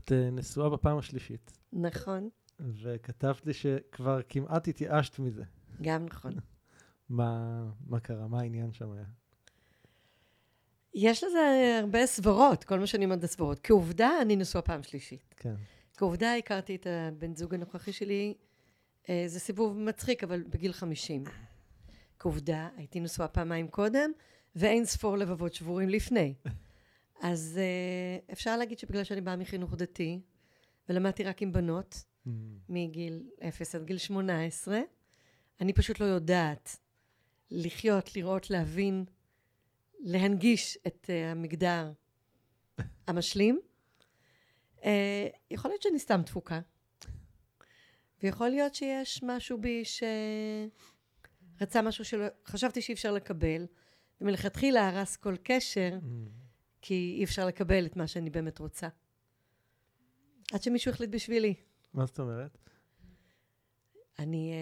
את נשואה בפעם השלישית. נכון. וכתבת לי שכבר כמעט התייאשת מזה. גם נכון. מה קרה? מה העניין שם היה? יש לזה הרבה סברות, כל מה שאני אומרת סברות. כעובדה, אני נשואה פעם שלישית. כן. כעובדה, הכרתי את הבן זוג הנוכחי שלי, זה סיבוב מצחיק, אבל בגיל 50. כעובדה, הייתי נשואה פעמיים קודם, ואין ספור לבבות שבורים לפני. אז אפשר להגיד שבגלל שאני באה מחינוך דתי, ולמדתי רק עם בנות, מגיל 0 עד גיל 18, אני פשוט לא יודעת לחיות, לראות, להבין, להנגיש את המגדר המשלים. יכול להיות שאני סתם תפוקה. ויכול להיות שיש משהו בי שרצה משהו חשבתי שאי אפשר לקבל, ומלכתחילה הרס כל קשר, כי אי אפשר לקבל את מה שאני באמת רוצה. עד שמישהו החליט בשבילי. מה זאת אומרת? אני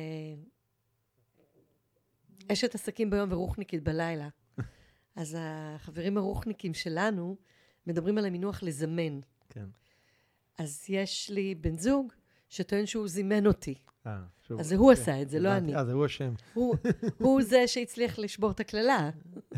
אשת עסקים ביום ורוחניקית בלילה. אז החברים הרוחניקים שלנו מדברים על המינוח לזמן. כן. אז יש לי בן זוג שטוען שהוא זימן אותי. שוב. אז זה הוא עשה את זה, לא אני. זה הוא השם. הוא זה שהצליח לשבור את הכללה.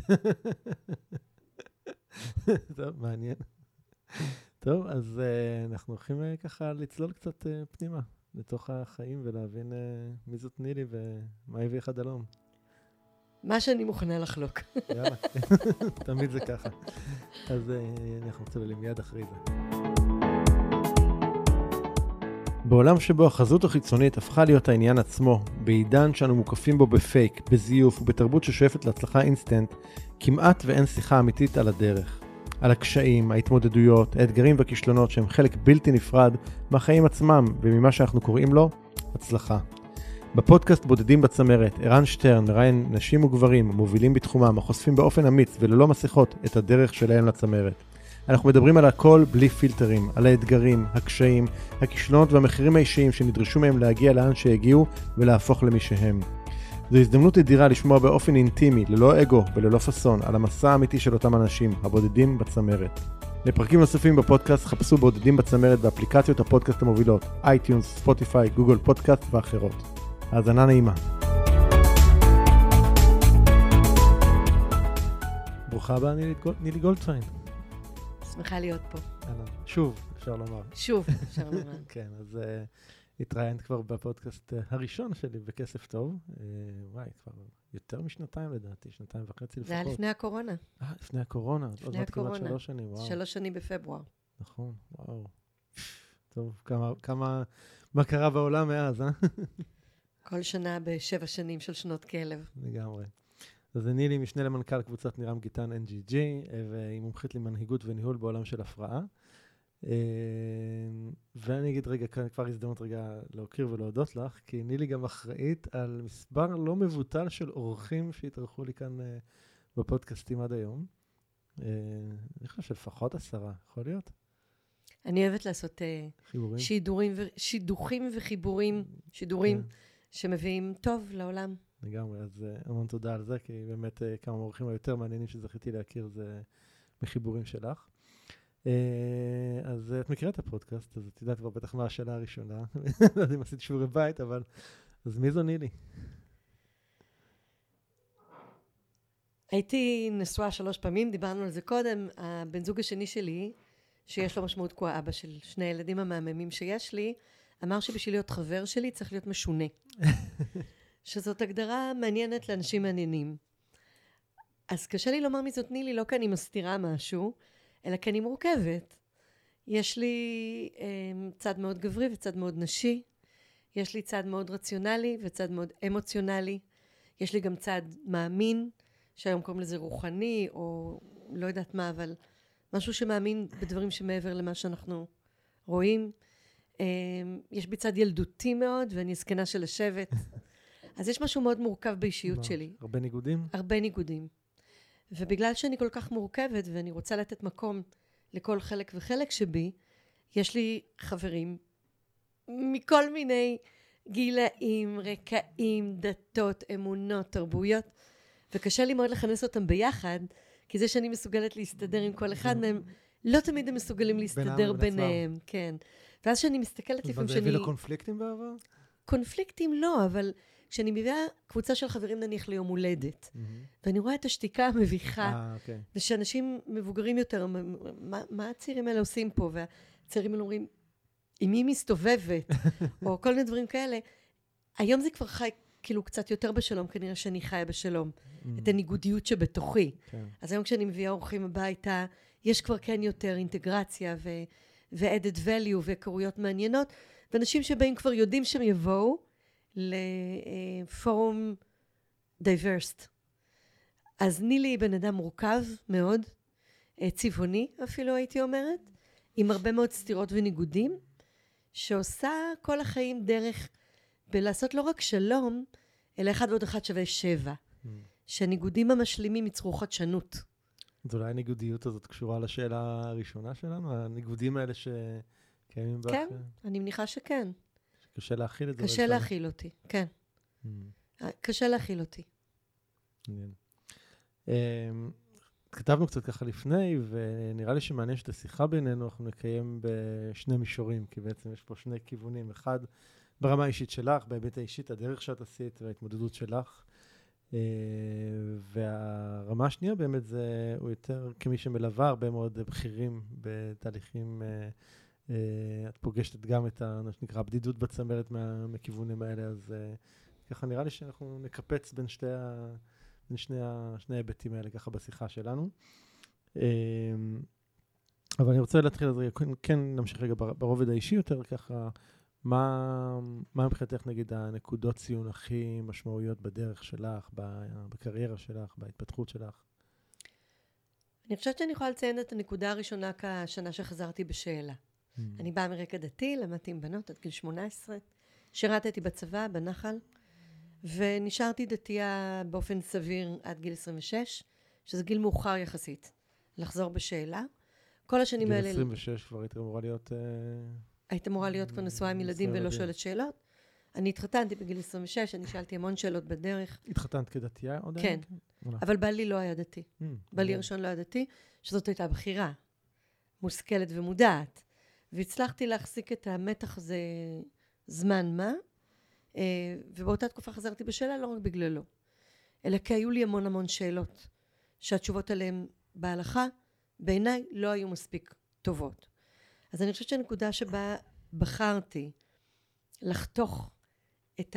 טוב, מעניין. טוב, אז אנחנו הולכים ככה לצלול קצת פנימה, לתוך החיים ולהבין מי זאת נילי ומה הביא אחד הלום. מה שאני מוכנה לחלוק. יאללה, תמיד זה ככה. אז אנחנו צוללים מיד אחרי זה. בעולם שבו החזות החיצונית הפכה להיות העניין עצמו, בעידן שאנו מוקפים בו בפייק, בזיוף ובתרבות ששואפת להצלחה אינסטנט, כמעט ואין שיחה אמיתית על הדרך. על הקשיים, ההתמודדויות, האתגרים והכישלונות שהם חלק בלתי נפרד מהחיים עצמם וממה שאנחנו קוראים לו הצלחה. בפודקאסט בודדים בצמרת, ערן שטרן מראיין נשים וגברים מובילים בתחומם, החושפים באופן אמיץ וללא מסכות את הדרך שלהם לצמרת. אנחנו מדברים על הכל בלי פילטרים, על האתגרים, הקשיים, הכישלונות והמחירים האישיים שנדרשו מהם להגיע לאן שהגיעו ולהפוך למי שהם. זו הזדמנות אדירה לשמוע באופן אינטימי, ללא אגו וללא פסון, על המסע האמיתי של אותם אנשים, הבודדים בצמרת. לפרקים נוספים בפודקאסט חפשו בודדים בצמרת באפליקציות הפודקאסט המובילות, iTunes, ספוטיפיי, גוגל פודקאסט ואחרות. האזנה נעימה. ברוכה הבאה נילי גולדפיין. שמחה להיות פה. שוב, אפשר לומר. שוב, אפשר לומר. כן, אז התראיינת כבר בפודקאסט הראשון שלי בכסף טוב. וואי, כבר יותר משנתיים לדעתי, 2.5 לפחות. זה היה לפני הקורונה. לפני הקורונה. לפני הקורונה. כמעט 3 שנים, וואו. 3 שנים בפברואר. נכון, וואו. טוב, מה קרה בעולם מאז, כל שנה ב7 שנים של שנות כלב. לגמרי. אז אני נילי, משנה למנכ"ל קבוצת נירם גיטן NGG, והיא מומחית למנהיגות וניהול בעולם של הפרעה. ואני אגיד רגע, כבר הזדמנות רגע להוקיר ולהודות לך, כי נילי גם אחראית על מספר לא מבוטל של אורחים שהתארחו לי כאן בפודקאסטים עד היום. אני חושב שלפחות 10, יכול להיות? אני אוהבת לעשות שידוכים וחיבורים, שידורים שמביאים טוב לעולם. לגמרי, אז המון תודה על זה, כי באמת כמה אורחים היותר מעניינים שזכיתי להכיר זה מחיבורים שלך. אז את מכירה את הפודקאסט, אז את יודעת כבר בטח מה השאלה הראשונה. לא יודע אם עשית שיעורי בית, אבל אז מי זו נילי? הייתי נשואה 3 פעמים, דיברנו על זה קודם. הבן זוג השני שלי, שיש לו משמעות כמו האבא של 2 ילדים המהממים שיש לי, אמר שבשביל להיות חבר שלי צריך להיות משונה. שזאת הגדרה מעניינת לאנשים מעניינים. אז קשה לי לומר מי זאת נילי, לא כי אני מסתירה משהו, אלא כי אני מורכבת. יש לי צד מאוד גברי וצד מאוד נשי. יש לי צד מאוד רציונלי וצד מאוד אמוציונלי. יש לי גם צד מאמין, שהיום קוראים לזה רוחני, או לא יודעת מה, אבל משהו שמאמין בדברים שמעבר למה שאנחנו רואים. יש בי צד ילדותי מאוד, ואני זקנה של השבט. אז יש משהו מאוד מורכב באישיות שלי. הרבה ניגודים? הרבה ניגודים. ובגלל שאני כל כך מורכבת, ואני רוצה לתת מקום לכל חלק וחלק שבי, יש לי חברים מכל מיני גילאים, רקעים, דתות, אמונות, תרבויות, וקשה לי מאוד לכנס אותם ביחד, כי זה שאני מסוגלת להסתדר עם כל אחד מהם, לא תמיד הם מסוגלים להסתדר ביניהם, כן. ואז שאני מסתכלת לפעמים זה הביא לקונפליקטים בעבר? קונפליקטים לא, אבל כשאני מביאה קבוצה של חברים נניח ליום הולדת, ואני רואה את השתיקה המביכה, ושאנשים מבוגרים יותר, מה הצעירים האלה עושים פה? והצעירים האלה אומרים, עם מי מסתובבת? או כל מיני דברים כאלה. היום זה כבר חי כאילו קצת יותר בשלום, כנראה שאני חיה בשלום. את הניגודיות שבתוכי. אז היום כשאני מביאה אורחים הביתה, יש כבר כן יותר אינטגרציה ו-added value והיכרויות מעניינות, ואנשים שבאים כבר יודעים שהם יבואו לפורום diversed. אז נילי היא בן אדם מורכב מאוד, צבעוני אפילו הייתי אומרת, עם הרבה מאוד סתירות וניגודים, שעושה כל החיים דרך בלעשות לא רק שלום, אלא 1 ועוד 1 שווה 7. שהניגודים המשלימים ייצרו חדשנות. אז אולי הניגודיות הזאת קשורה לשאלה הראשונה שלנו? הניגודים האלה שקיימים בך? כן, אני מניחה שכן. קשה להכיל את זה? קשה להכיל אותי, כן. קשה להכיל אותי. כתבנו קצת ככה לפני, ונראה לי שמעניין שאת השיחה בינינו אנחנו נקיים בשני מישורים, כי בעצם יש פה שני כיוונים. אחד, ברמה האישית שלך, בהיבט האישית, הדרך שאת עשית וההתמודדות שלך. והרמה השנייה באמת זה, הוא יותר כמי שמלווה הרבה מאוד בכירים בתהליכים, את פוגשת גם את שנקרא הבדידות בצמרת מכיוונים האלה, אז ככה נראה לי שאנחנו נקפץ בין שני ההיבטים האלה ככה בשיחה שלנו. אבל אני רוצה להתחיל, אז כן נמשיך רגע ברובד האישי יותר ככה, מה מבחינתך נגיד הנקודות ציון הכי משמעויות בדרך שלך, בקריירה שלך, בהתפתחות שלך? אני חושבת שאני יכולה לציין את הנקודה הראשונה כשנה שחזרתי בשאלה. אני באה מרקע דתי, למדתי עם בנות עד גיל 18, שירתתי בצבא, בנחל, ונשארתי דתייה באופן סביר עד גיל 26, שזה גיל מאוחר יחסית, לחזור בשאלה. כל השנים האלה... גיל 26 כבר היית אמורה להיות... היית אמורה להיות כבר נשואה עם ילדים ולא שואלת שאלות. אני התחתנתי בגיל 26, אני שאלתי המון שאלות בדרך. התחתנת כדתייה עוד? כן, אבל בעלי לא היה דתי. בעלי הראשון לא היה דתי, שזאת הייתה בחירה, מושכלת ומודעת. והצלחתי להחזיק את המתח הזה זמן מה, ובאותה תקופה חזרתי בשאלה לא רק בגללו, אלא כי היו לי המון שאלות, שהתשובות עליהן בהלכה, בעיניי לא היו מספיק טובות. אז אני חושבת שהנקודה שבה בחרתי לחתוך את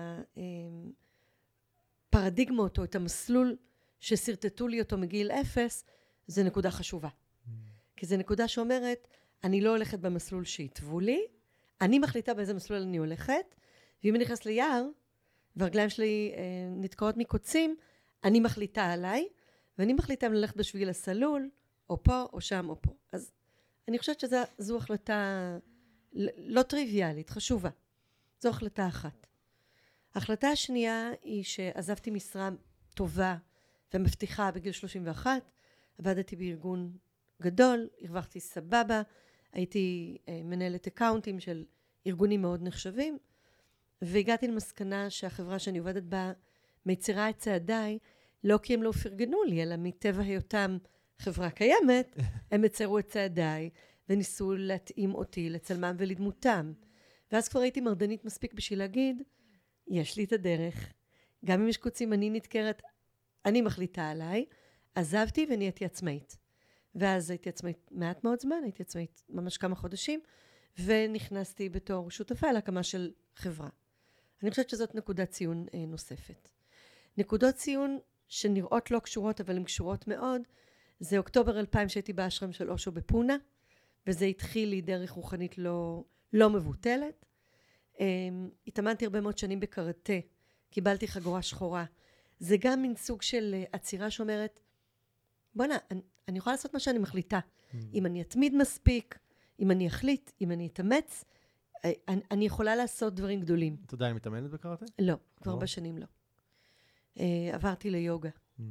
הפרדיגמות או את המסלול שסרטטו לי אותו מגיל 0, זה נקודה חשובה. כי זה נקודה שאומרת, אני לא הולכת במסלול שהתוו לי, אני מחליטה באיזה מסלול אני הולכת, ואם אני נכנס ליער, והרגליים שלי נתקעות מקוצים, אני מחליטה עליי, ואני מחליטה אם ללכת בשביל הסלול, או פה, או שם, או פה. אז אני חושבת שזו החלטה לא טריוויאלית, חשובה. זו החלטה אחת. ההחלטה השנייה היא שעזבתי משרה טובה ומבטיחה בגיל 31, עבדתי בארגון גדול, הרווחתי סבבה, הייתי מנהלת אקאונטים של ארגונים מאוד נחשבים, והגעתי למסקנה שהחברה שאני עובדת בה מצירה את צעדיי, לא כי הם לא פרגנו לי, אלא מטבע היותם חברה קיימת, הם מצרו את צעדיי, וניסו להתאים אותי לצלמם ולדמותם. ואז כבר הייתי מרדנית מספיק בשביל להגיד, יש לי את הדרך, גם אם יש קוצים אני נתקרת, אני מחליטה עליי, עזבתי ונהייתי עצמאית. ואז הייתי עצמאית מעט מאוד זמן, הייתי עצמאית ממש כמה חודשים, ונכנסתי בתור שותפה להקמה של חברה. אני חושבת שזאת נקודת ציון נוספת. נקודות ציון שנראות לא קשורות, אבל הן קשורות מאוד, זה אוקטובר 2000 שהייתי באשרם של אושו בפונה, וזה התחיל לי דרך רוחנית לא מבוטלת. התאמנתי הרבה מאוד שנים בקראטה, קיבלתי חגורה שחורה. זה גם מין סוג של עצירה שאומרת, בוא'נה, אני יכולה לעשות מה שאני מחליטה. אם אני אתמיד מספיק, אם אני אחליט, אם אני אתאמץ, אני יכולה לעשות דברים גדולים. אתה יודע, אני מתאמנת בקראטה? לא, כבר הרבה שנים לא. עברתי ליוגה.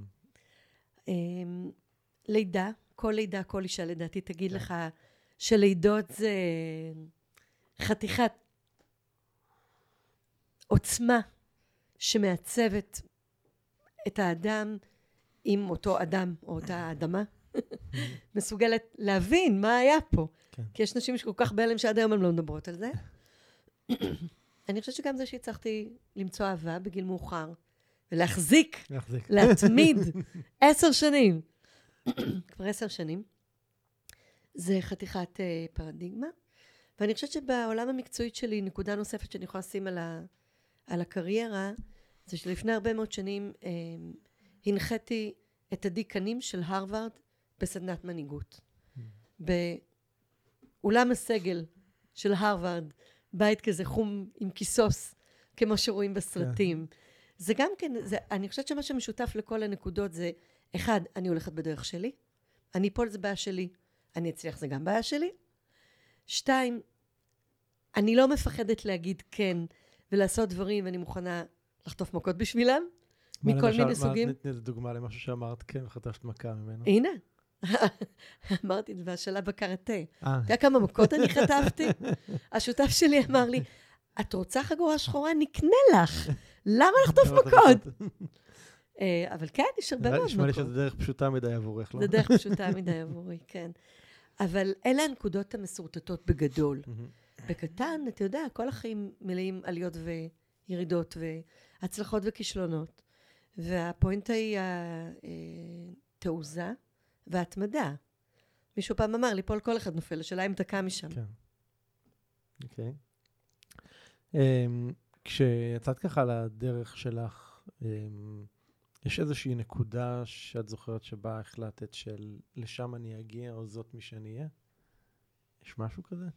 לידה, כל אישה לדעתי תגיד לך שלידות זה חתיכת עוצמה שמעצבת את האדם עם אותו אדם או אותה אדמה, מסוגלת להבין מה היה פה. כן. כי יש נשים שכל כך בהלם שעד היום הן לא מדברות על זה. אני חושבת שגם זה שהצלחתי למצוא אהבה בגיל מאוחר, ולהחזיק, להתמיד 10 שנים. כבר 10 שנים. זה חתיכת פרדיגמה. ואני חושבת שבעולם המקצועית שלי, נקודה נוספת שאני יכולה לשים על הקריירה, זה שלפני הרבה מאוד שנים הנחיתי את הדיקנים של הרווארד בסדנת מנהיגות. באולם הסגל של הרווארד, בית כזה חום עם כיסוס, כמו שרואים בסרטים. זה גם כן, אני חושבת שמה שמשותף לכל הנקודות זה, 1, אני הולכת בדרך שלי, אני אפול זה בעיה שלי, אני אצליח זה גם בעיה שלי. 2, אני לא מפחדת להגיד כן, ולעשות דברים, ואני מוכנה לחטוף מכות בשבילם, מכל מיני סוגים. תני דוגמה למשהו שאמרת כן, וחטפת מכה ממנו. הנה, אמרתי את זה בשלב בקראטה. אתה יודע כמה מכות אני חטפתי? השותף שלי אמר לי, את רוצה חגורה שחורה? נקנה לך. למה לחטוף מכות? אבל כן, יש הרבה מאוד מכות. נשמע לי שזה דרך פשוטה מדי עבורך, לא? זה דרך פשוטה מדי עבורי, כן. אבל אלה הנקודות המסורטטות בגדול. בקטן, אתה יודע, כל החיים מלאים עליות וירידות והצלחות וכישלונות. והפואנטה היא התעוזה וההתמדה. מישהו פעם אמר, ליפול כל אחד נופל, השאלה אם אתה קם משם. כן. אוקיי. כשיצאת ככה לדרך שלך, יש איזושהי נקודה שאת זוכרת שבה החלטת של לשם אני אגיע או זאת מי שאני אהיה? יש משהו כזה?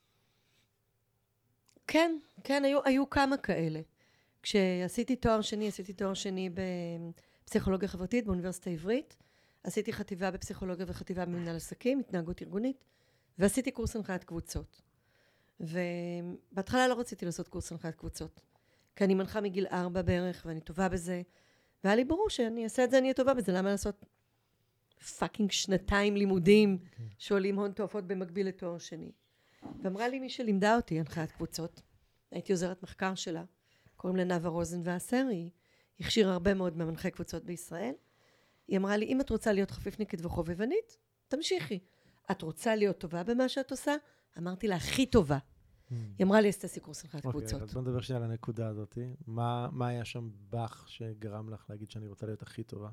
כן, כן, היו כמה כאלה. כשעשיתי תואר שני בפסיכולוגיה חברתית באוניברסיטה העברית, עשיתי חטיבה בפסיכולוגיה וחטיבה במנהל עסקים, התנהגות ארגונית, ועשיתי קורס הנחיית קבוצות. ובהתחלה לא רציתי לעשות קורס הנחיית קבוצות, כי אני מנחה מגיל 4 בערך, ואני טובה בזה, והיה לי ברור שאני אעשה את זה, אני אהיה טובה בזה, למה לעשות פאקינג 2 לימודים שעולים הון תועפות במקביל לתואר שני. ואמרה לי מי שלימדה אותי הנחיית קבוצות, הייתי עוזרת מחקר שלה, קוראים לה נאווה רוזנווסר, היא הכשירה הרבה מאוד מהמנחי קבוצות בישראל. היא אמרה לי, אם את רוצה להיות חפיפניקית וחובבנית, תמשיכי. את רוצה להיות טובה במה שאת עושה? אמרתי לה, הכי טובה. היא אמרה לי, עשתה קורס הנחיית קבוצות. אוקיי, אז בוא נדבר שנייה על הנקודה הזאת. מה היה שם בך שגרם לך להגיד שאני רוצה להיות הכי טובה?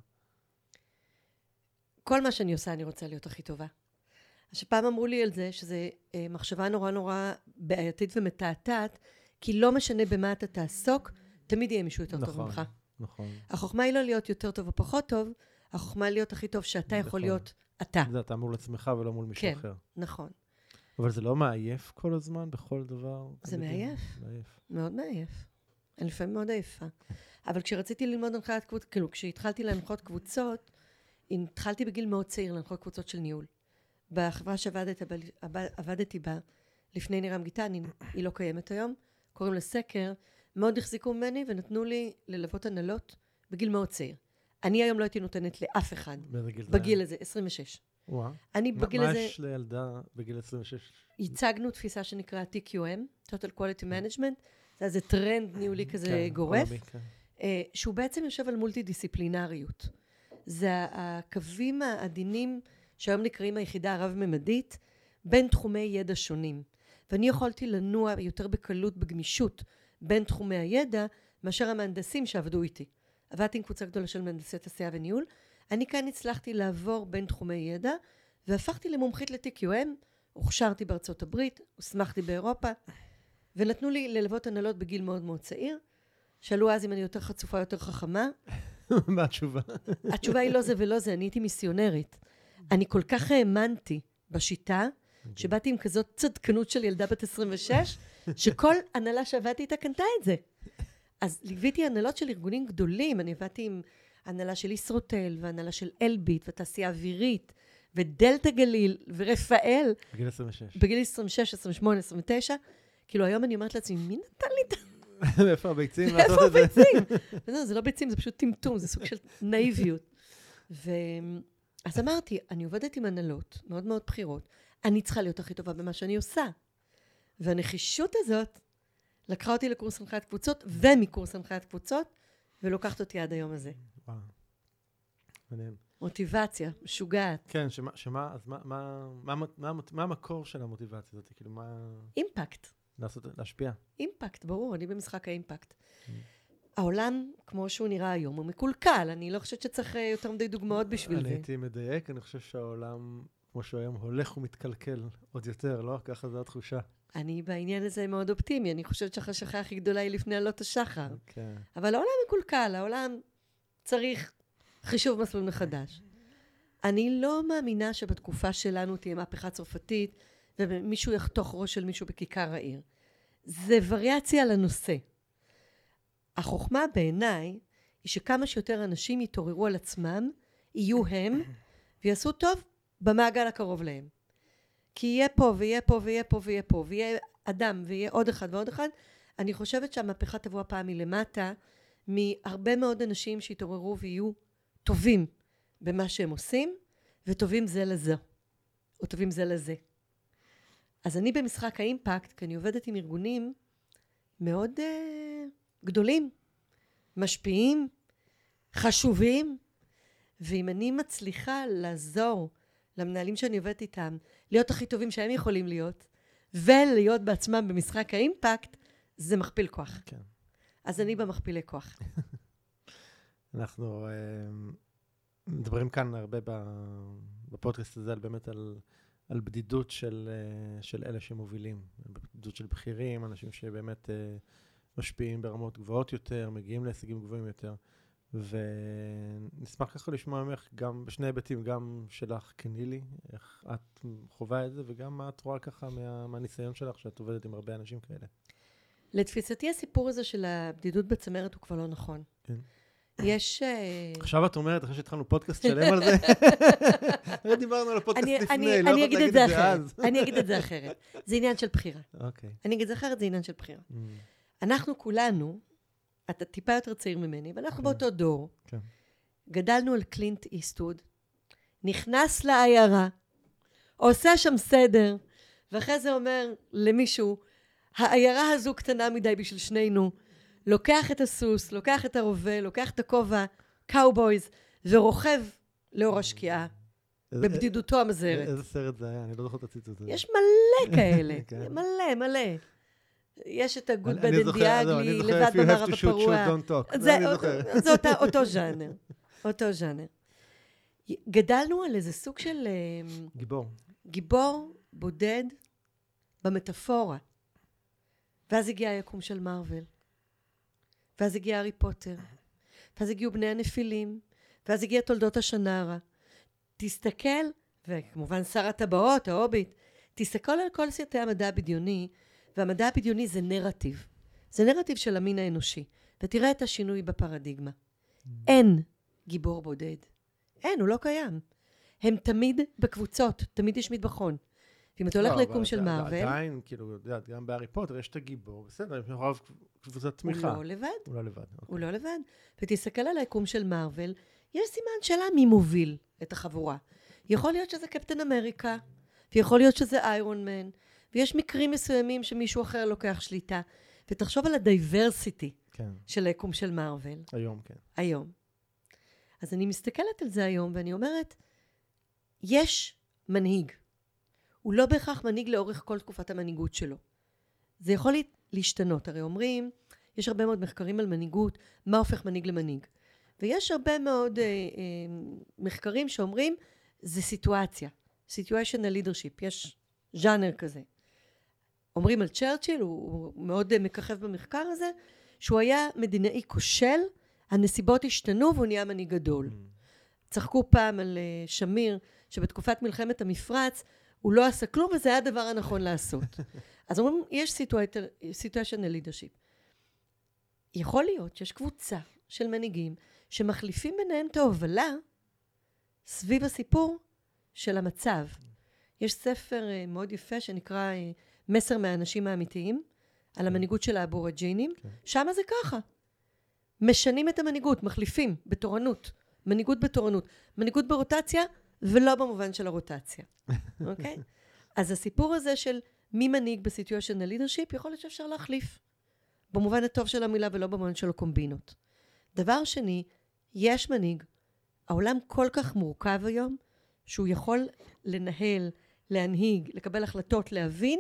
כל מה שאני עושה, אני רוצה להיות הכי טובה. שפעם אמרו לי על זה, שזה מחשבה נורא נורא בעייתית ומתעתעת, כי לא משנה במה אתה תעסוק, תמיד יהיה מישהו יותר טוב ממך. נכון. החוכמה היא לא להיות יותר טוב או פחות טוב, החוכמה היא להיות הכי טוב שאתה יכול להיות אתה. זה אתה מול עצמך ולא מול מישהו אחר. כן, נכון. אבל זה לא מעייף כל הזמן, בכל דבר? זה מעייף. מאוד מעייף. אני לפעמים מאוד עייפה. אבל כשרציתי ללמוד הנחיית קבוצות, כאילו, כשהתחלתי להנחות קבוצות, התחלתי בגיל מאוד צעיר להנחות קבוצות של ניהול. בחברה שעבדתי בה, לפני נירם גיטני, היא לא קיימת היום, קוראים לה סקר, מאוד החזיקו ממני ונתנו לי ללוות הנהלות בגיל מאוד צעיר. אני היום לא הייתי נותנת לאף אחד. בגיל הזה, 26. אני בגיל הזה... מה יש לילדה בגיל 26? הצגנו תפיסה שנקרא TQM, Total Quality Management, זה איזה טרנד ניהולי כזה גורף, שהוא בעצם יושב על מולטי-דיסציפלינריות. זה הקווים העדינים שהיום נקראים היחידה הרב-ממדית, בין תחומי ידע שונים. ואני יכולתי לנוע יותר בקלות, בגמישות, בין תחומי הידע, מאשר המהנדסים שעבדו איתי. עבדתי עם קבוצה גדולה של מהנדסי תעשייה וניהול, אני כאן הצלחתי לעבור בין תחומי ידע, והפכתי למומחית ל-TQM, הוכשרתי בארצות הברית, הוסמכתי באירופה, ונתנו לי ללוות הנהלות בגיל מאוד מאוד צעיר, שאלו אז אם אני יותר חצופה, יותר חכמה. מה התשובה? התשובה היא לא זה ולא זה, אני הייתי מיסיונרית. אני כל כך האמנתי בשיטה, שבאתי עם כזאת צדקנות של ילדה בת 26, שכל הנהלה שעבדתי איתה קנתה את זה. אז ליוויתי הנהלות של ארגונים גדולים, אני עבדתי עם הנהלה של ישרוטל, והנהלה של אלביט, ותעשייה אווירית, ודלטה גליל, ורפאל. בגיל 26. בגיל 26, 28, 29. כאילו היום אני אומרת לעצמי, מי נתן לי את זה? איפה הביצים לעשות את זה? איפה הביצים? זה לא ביצים, זה פשוט טמטום, זה סוג של נאיביות. אז אמרתי, אני עובדת עם הנהלות, מאוד מאוד בחירות, אני צריכה להיות הכי טובה במה שאני עושה. והנחישות הזאת לקחה אותי לקורס הנחיית קבוצות, ומקורס הנחיית קבוצות, ולוקחת אותי עד היום הזה. מעניין. מוטיבציה, משוגעת. כן, אז מה המקור של המוטיבציה הזאת? כאילו, מה... אימפקט. להשפיע. אימפקט, ברור, אני במשחק האימפקט. העולם, כמו שהוא נראה היום, הוא מקולקל. אני לא חושבת שצריך יותר מדי דוגמאות בשביל זה. אני הייתי מדייק, אני חושב שהעולם, כמו שהוא היום, הולך ומתקלקל עוד יותר, לא? ככה זו התחושה. אני בעניין הזה מאוד אופטימי. אני חושבת שהחשכה הכי גדולה היא לפני עלות השחר. כן. אבל העולם מקולקל, העולם צריך חישוב מסלול מחדש. אני לא מאמינה שבתקופה שלנו תהיה מהפכה צרפתית, ומישהו יחתוך ראש של מישהו בכיכר העיר. זה וריאציה לנושא. החוכמה בעיניי היא שכמה שיותר אנשים יתעוררו על עצמם, יהיו הם, ויעשו טוב במעגל הקרוב להם. כי יהיה פה ויהיה פה ויהיה פה ויהיה פה, ויהיה אדם ויהיה עוד אחד ועוד אחד. אני חושבת שהמהפכה תבוא פעם מלמטה, מהרבה מאוד אנשים שיתעוררו ויהיו טובים במה שהם עושים, וטובים זה לזה, או טובים זה לזה. אז אני במשחק האימפקט, כי אני עובדת עם ארגונים מאוד גדולים, משפיעים, חשובים, ואם אני מצליחה לעזור למנהלים שאני עובדת איתם, להיות הכי טובים שהם יכולים להיות, ולהיות בעצמם במשחק האימפקט, זה מכפיל כוח. כן. אז אני במכפילי כוח. אנחנו מדברים כאן הרבה בפודקאסט הזה, באמת על בדידות של אלה שמובילים, בדידות של בכירים, אנשים שבאמת משפיעים ברמות גבוהות יותר, מגיעים להישגים גבוהים יותר, ונשמח ככה לשמוע ממך גם בשני היבטים, גם שלך כנילי, איך את חווה את זה, וגם מה את רואה ככה מהניסיון שלך, שאת עובדת עם הרבה אנשים כאלה. לתפיסתי הסיפור הזה של הבדידות בצמרת הוא כבר לא נכון. כן. יש... עכשיו את אומרת, אחרי שהתחלנו פודקאסט שלם על זה, הרי דיברנו על הפודקאסט לפני, לא אני יכולת להגיד את זה אז. אני אגיד את זה אחרת. זה עניין של בחירה. אוקיי. אני אגיד את זה אחרת, זה עניין של בחירה. אנחנו כולנו, אתה טיפה יותר צעיר ממני, ואנחנו באותו דור, גדלנו על קלינט איסטווד, נכנס לעיירה, עושה שם סדר, ואחרי זה אומר למישהו, העיירה הזו קטנה מדי בשביל שנינו, לוקח את הסוס, לוקח את הרובה, לוקח את הכובע, קאובויז, ורוכב לאור השקיעה, בבדידותו המזהרת. איזה סרט זה היה? אני לא זוכר את הציטוט הזה. יש מלא כאלה, מלא. יש את הגוד בדנדיאגלי, לבד במערב הפרוע. זה אותו ז'אנר. גדלנו על איזה סוג של... גיבור בודד במטאפורה. ואז הגיע היקום של מארוול. ואז הגיע הארי פוטר. ואז הגיעו בני הנפילים. ואז הגיע תולדות השנרה. תסתכל, וכמובן שר הטבעות, ההוביט, תסתכל על כל סרטי המדע הבדיוני, והמדע הבדיוני זה נרטיב. זה נרטיב של המין האנושי. ותראה את השינוי בפרדיגמה. אין גיבור בודד. אין, הוא לא קיים. הם תמיד בקבוצות, תמיד יש מטבחון. ואם אתה הולך ליקום של מארוול... עדיין, כאילו, גם בהארי פוטר יש את הגיבור, בסדר, יש לך קבוצת תמיכה. הוא לא לבד. הוא לא לבד. ותסתכל על היקום של מארוול, יש סימן שאלה מי מוביל את החבורה. יכול להיות שזה קפטן אמריקה, ויכול להיות שזה איירון מן, ויש מקרים מסוימים שמישהו אחר לוקח שליטה, ותחשוב על הדייברסיטי של היקום של מארוול. היום, כן. היום. אז אני מסתכלת על זה היום, ואני אומרת, יש מנהיג. הוא לא בהכרח מנהיג לאורך כל תקופת המנהיגות שלו. זה יכול להשתנות. הרי אומרים, יש הרבה מאוד מחקרים על מנהיגות, מה הופך מנהיג למנהיג. ויש הרבה מאוד מחקרים שאומרים, זה סיטואציה. situational leadership, יש ז'אנר כזה. אומרים על צ'רצ'יל, הוא מאוד מככב במחקר הזה, שהוא היה מדינאי כושל, הנסיבות השתנו והוא נהיה מנהיג גדול. צחקו פעם על שמיר, שבתקופת מלחמת המפרץ, הוא לא עשה כלום, וזה היה הדבר הנכון לעשות. אז אומרים, יש situational leadership. יכול להיות שיש קבוצה של מנהיגים, שמחליפים ביניהם את ההובלה, סביב הסיפור של המצב. יש ספר מאוד יפה, שנקרא מסר מהאנשים האמיתיים, על המנהיגות של האבורג'ינים, שם זה ככה. משנים את המנהיגות, מחליפים בתורנות, מנהיגות בתורנות, מנהיגות ברוטציה, ולא במובן של הרוטציה. אוקיי? אז הסיפור הזה של מי מנהיג בסיטואשנל לידרשיפ, יכול להיות שאפשר להחליף. במובן הטוב של המילה ולא במובן של הקומבינות. דבר שני, יש מנהיג העולם כל כך מורכב היום, שהוא יכול לנהל, להנהיג, לקבל החלטות, להבין,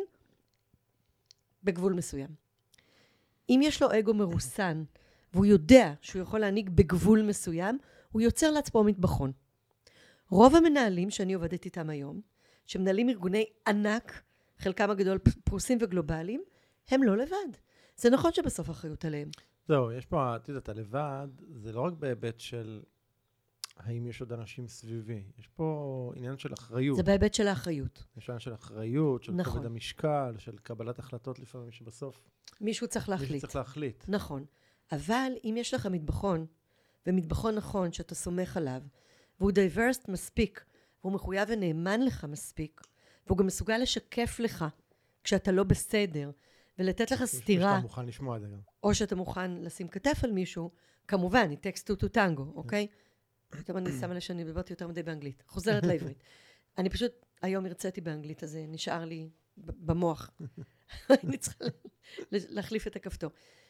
בגבול מסוים. אם יש לו אגו מרוסן, והוא יודע שהוא יכול להנהיג בגבול מסוים, הוא יוצר לעצמו מטבחון. רוב המנהלים שאני עובדת איתם היום, שמנהלים ארגוני ענק, חלקם הגדול פרוסים וגלובליים, הם לא לבד. זה נכון שבסוף אחריות עליהם. זהו, יש פה, את יודעת, הלבד, זה לא רק בהיבט של האם יש עוד אנשים סביבי, יש פה עניין של אחריות. זה בהיבט של האחריות. יש עניין של אחריות, של נכון. כובד המשקל, של קבלת החלטות לפעמים שבסוף מישהו צריך להחליט. מישהו צריך להחליט. נכון. אבל אם יש לך מטבחון, ומטבחון נכון שאתה סומך עליו, והוא דייברסט מספיק, והוא מחויב ונאמן לך מספיק, והוא גם מסוגל לשקף לך כשאתה לא בסדר, ולתת לך סתירה. שאתה מוכן לשמוע את זה גם. או שאתה מוכן לשים כתף על מישהו, כמובן, it takes two to tango, אוקיי? פתאום אני שמה לשני, דיברתי יותר מדי באנגלית. חוזרת לעברית. אני פשוט, היום הרציתי באנגלית, אז זה נשאר לי במוח. אני צריכה להחליף את הכפתור.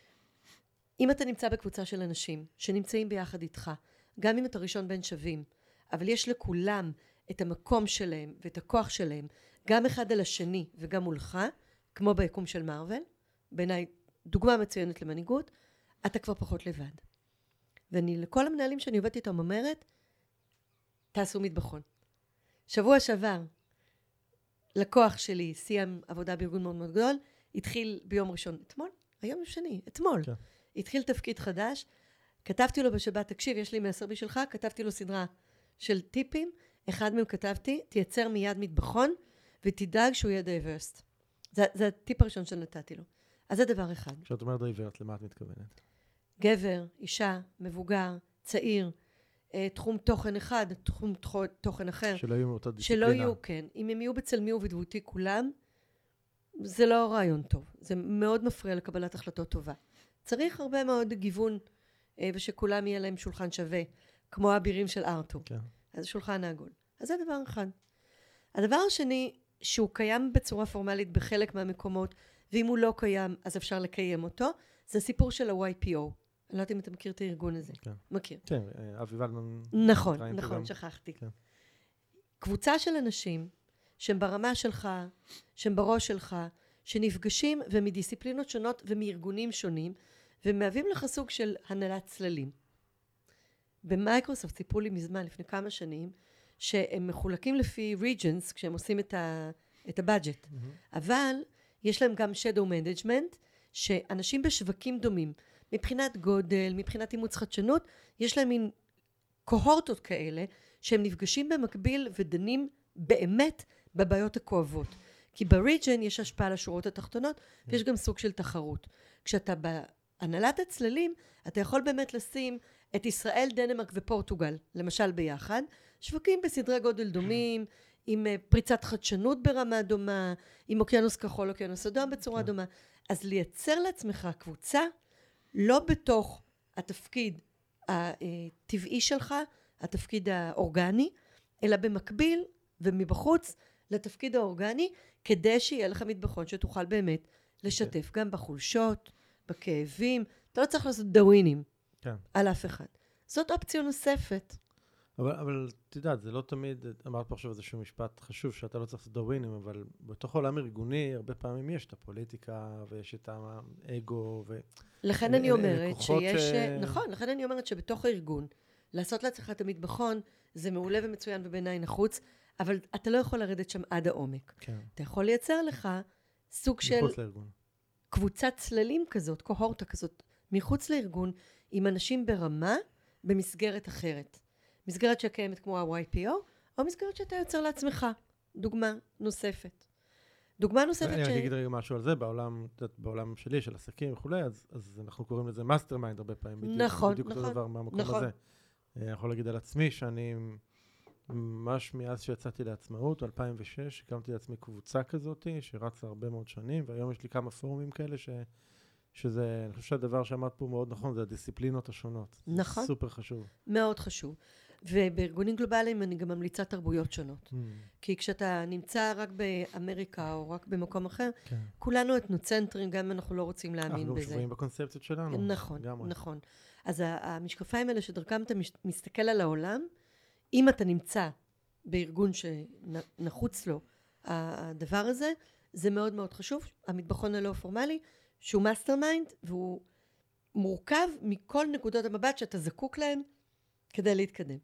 אם אתה נמצא בקבוצה של אנשים שנמצאים ביחד איתך, גם אם אתה ראשון בין שווים, אבל יש לכולם את המקום שלהם ואת הכוח שלהם, גם אחד על השני וגם מולך, כמו ביקום של מארוול, בעיניי דוגמה מצוינת למנהיגות, אתה כבר פחות לבד. ואני לכל המנהלים שאני עובדת איתם אומרת, תעשו מטבחון. שבוע שעבר, לקוח שלי סיים עבודה בארגון מאוד מאוד גדול, התחיל ביום ראשון, אתמול? היום יום שני, אתמול. כן. התחיל תפקיד חדש, כתבתי לו בשבת, תקשיב, יש לי מסר בשבילך, כתבתי לו סדרה של טיפים, אחד מהם כתבתי, תייצר מיד מטבחון, ותדאג שהוא יהיה דייברסט. זה הטיפ הראשון שנתתי לו. אז זה דבר אחד. כשאת אומרת דייברסט, למה את מתכוונת? גבר, אישה, מבוגר, צעיר, תחום תוכן אחד, תחום תוכן אחר. שלא יהיו מאותה דיסציפלינה. שלא יהיו, כן. אם הם יהיו בצלמי ובדמותי כולם, זה לא רעיון טוב. זה מאוד מפריע לקבלת החלטות טובה. צריך הרבה מאוד גיוון, ושכולם יהיה להם שולחן שווה, כמו האבירים של ארתור. כן. אז שולחן העגול. אז זה דבר אחד. הדבר השני, שהוא קיים בצורה פורמלית בחלק מהמקומות, ואם הוא לא קיים, אז אפשר לקיים אותו, זה הסיפור של ה-YPO. אני לא יודעת אם אתה מכיר את הארגון הזה. כן. מכיר. כן, אבי ולמן. נכון, שכחתי. כן. קבוצה של אנשים, שהם ברמה שלך, שהם בראש שלך, שנפגשים ומדיסציפלינות שונות ומארגונים שונים, ומהווים לך סוג של הנהלת צללים. במייקרוסופט סיפרו לי מזמן, לפני כמה שנים, שהם מחולקים לפי regions, כשהם עושים את הבאג'ט. אבל יש להם גם shadow management, שאנשים בשווקים דומים, מבחינת גודל, מבחינת אימוץ חדשנות, יש להם מין קוהורטות כאלה, שהם נפגשים במקביל ודנים באמת בבעיות הכואבות. כי בריג'ן יש השפעה על השורות התחתונות, ויש גם סוג של תחרות. כשאתה בהנהלת הצללים, אתה יכול באמת לשים את ישראל, דנמרק ופורטוגל, למשל ביחד, שווקים בסדרי גודל דומים, עם פריצת חדשנות ברמה דומה, עם אוקיינוס כחול, אוקיינוס אדום בצורה דומה. אז לייצר לעצמך קבוצה, לא בתוך התפקיד הטבעי שלך, התפקיד האורגני, אלא במקביל ומבחוץ לתפקיד האורגני, כדי שיהיה לך מטבחון שתוכל באמת לשתף גם בחולשות, בכאבים. אתה לא צריך לעשות דאווינים על אף אחד. זאת אופציה נוספת. אבל את יודעת, זה לא תמיד, אמרת פה עכשיו איזשהו משפט חשוב, שאתה לא צריך לעשות דאווינים, אבל בתוך עולם ארגוני, הרבה פעמים יש את הפוליטיקה, ויש את האגו, לכן אני אומרת שיש, נכון, לכן אני אומרת שבתוך הארגון, לעשות לעצמך את המטבחון, זה מעולה ומצוין ובעיניי נחוץ, אבל אתה לא יכול לרדת שם עד העומק. כן. אתה יכול לייצר לך סוג של קבוצת צללים כזאת, קוהורטה כזאת, מחוץ לארגון, עם אנשים ברמה, במסגרת אחרת. מסגרת שקיימת כמו ה-YPO, או מסגרת שאתה יוצר לעצמך. דוגמה נוספת. דוגמה נוספת אני אגיד רגע משהו על זה, בעולם שלי, של עסקים וכו', אז אנחנו קוראים לזה מאסטר מיינד הרבה פעמים. נכון, בדיוק אותו דבר מהמקום הזה. אני יכול להגיד על עצמי שאני ממש מאז שיצאתי לעצמאות, 2006, הקמתי לעצמי קבוצה כזאת, שרצה הרבה מאוד שנים, והיום יש לי כמה פורומים כאלה שזה, אני חושב שהדבר שאמרת פה מאוד נכון, זה הדיסציפלינות השונות. נכון. סופר חשוב. מאוד חשוב. ובארגונים גלובליים אני גם ממליצה תרבויות שונות. כי כשאתה נמצא רק באמריקה או רק במקום אחר, כולנו אתנוצנטרים, גם אם אנחנו לא רוצים להאמין בזה. אנחנו שבויים בקונספציות שלנו. נכון, נכון. אז המשקפיים האלה שדרכם אתה מסתכל על העולם, אם אתה נמצא בארגון שנחוץ לו הדבר הזה, זה מאוד מאוד חשוב. המטבחון הלא פורמלי, שהוא מאסטר מיינד, והוא מורכב מכל נקודות המבט שאתה זקוק להן כדי להתקדם.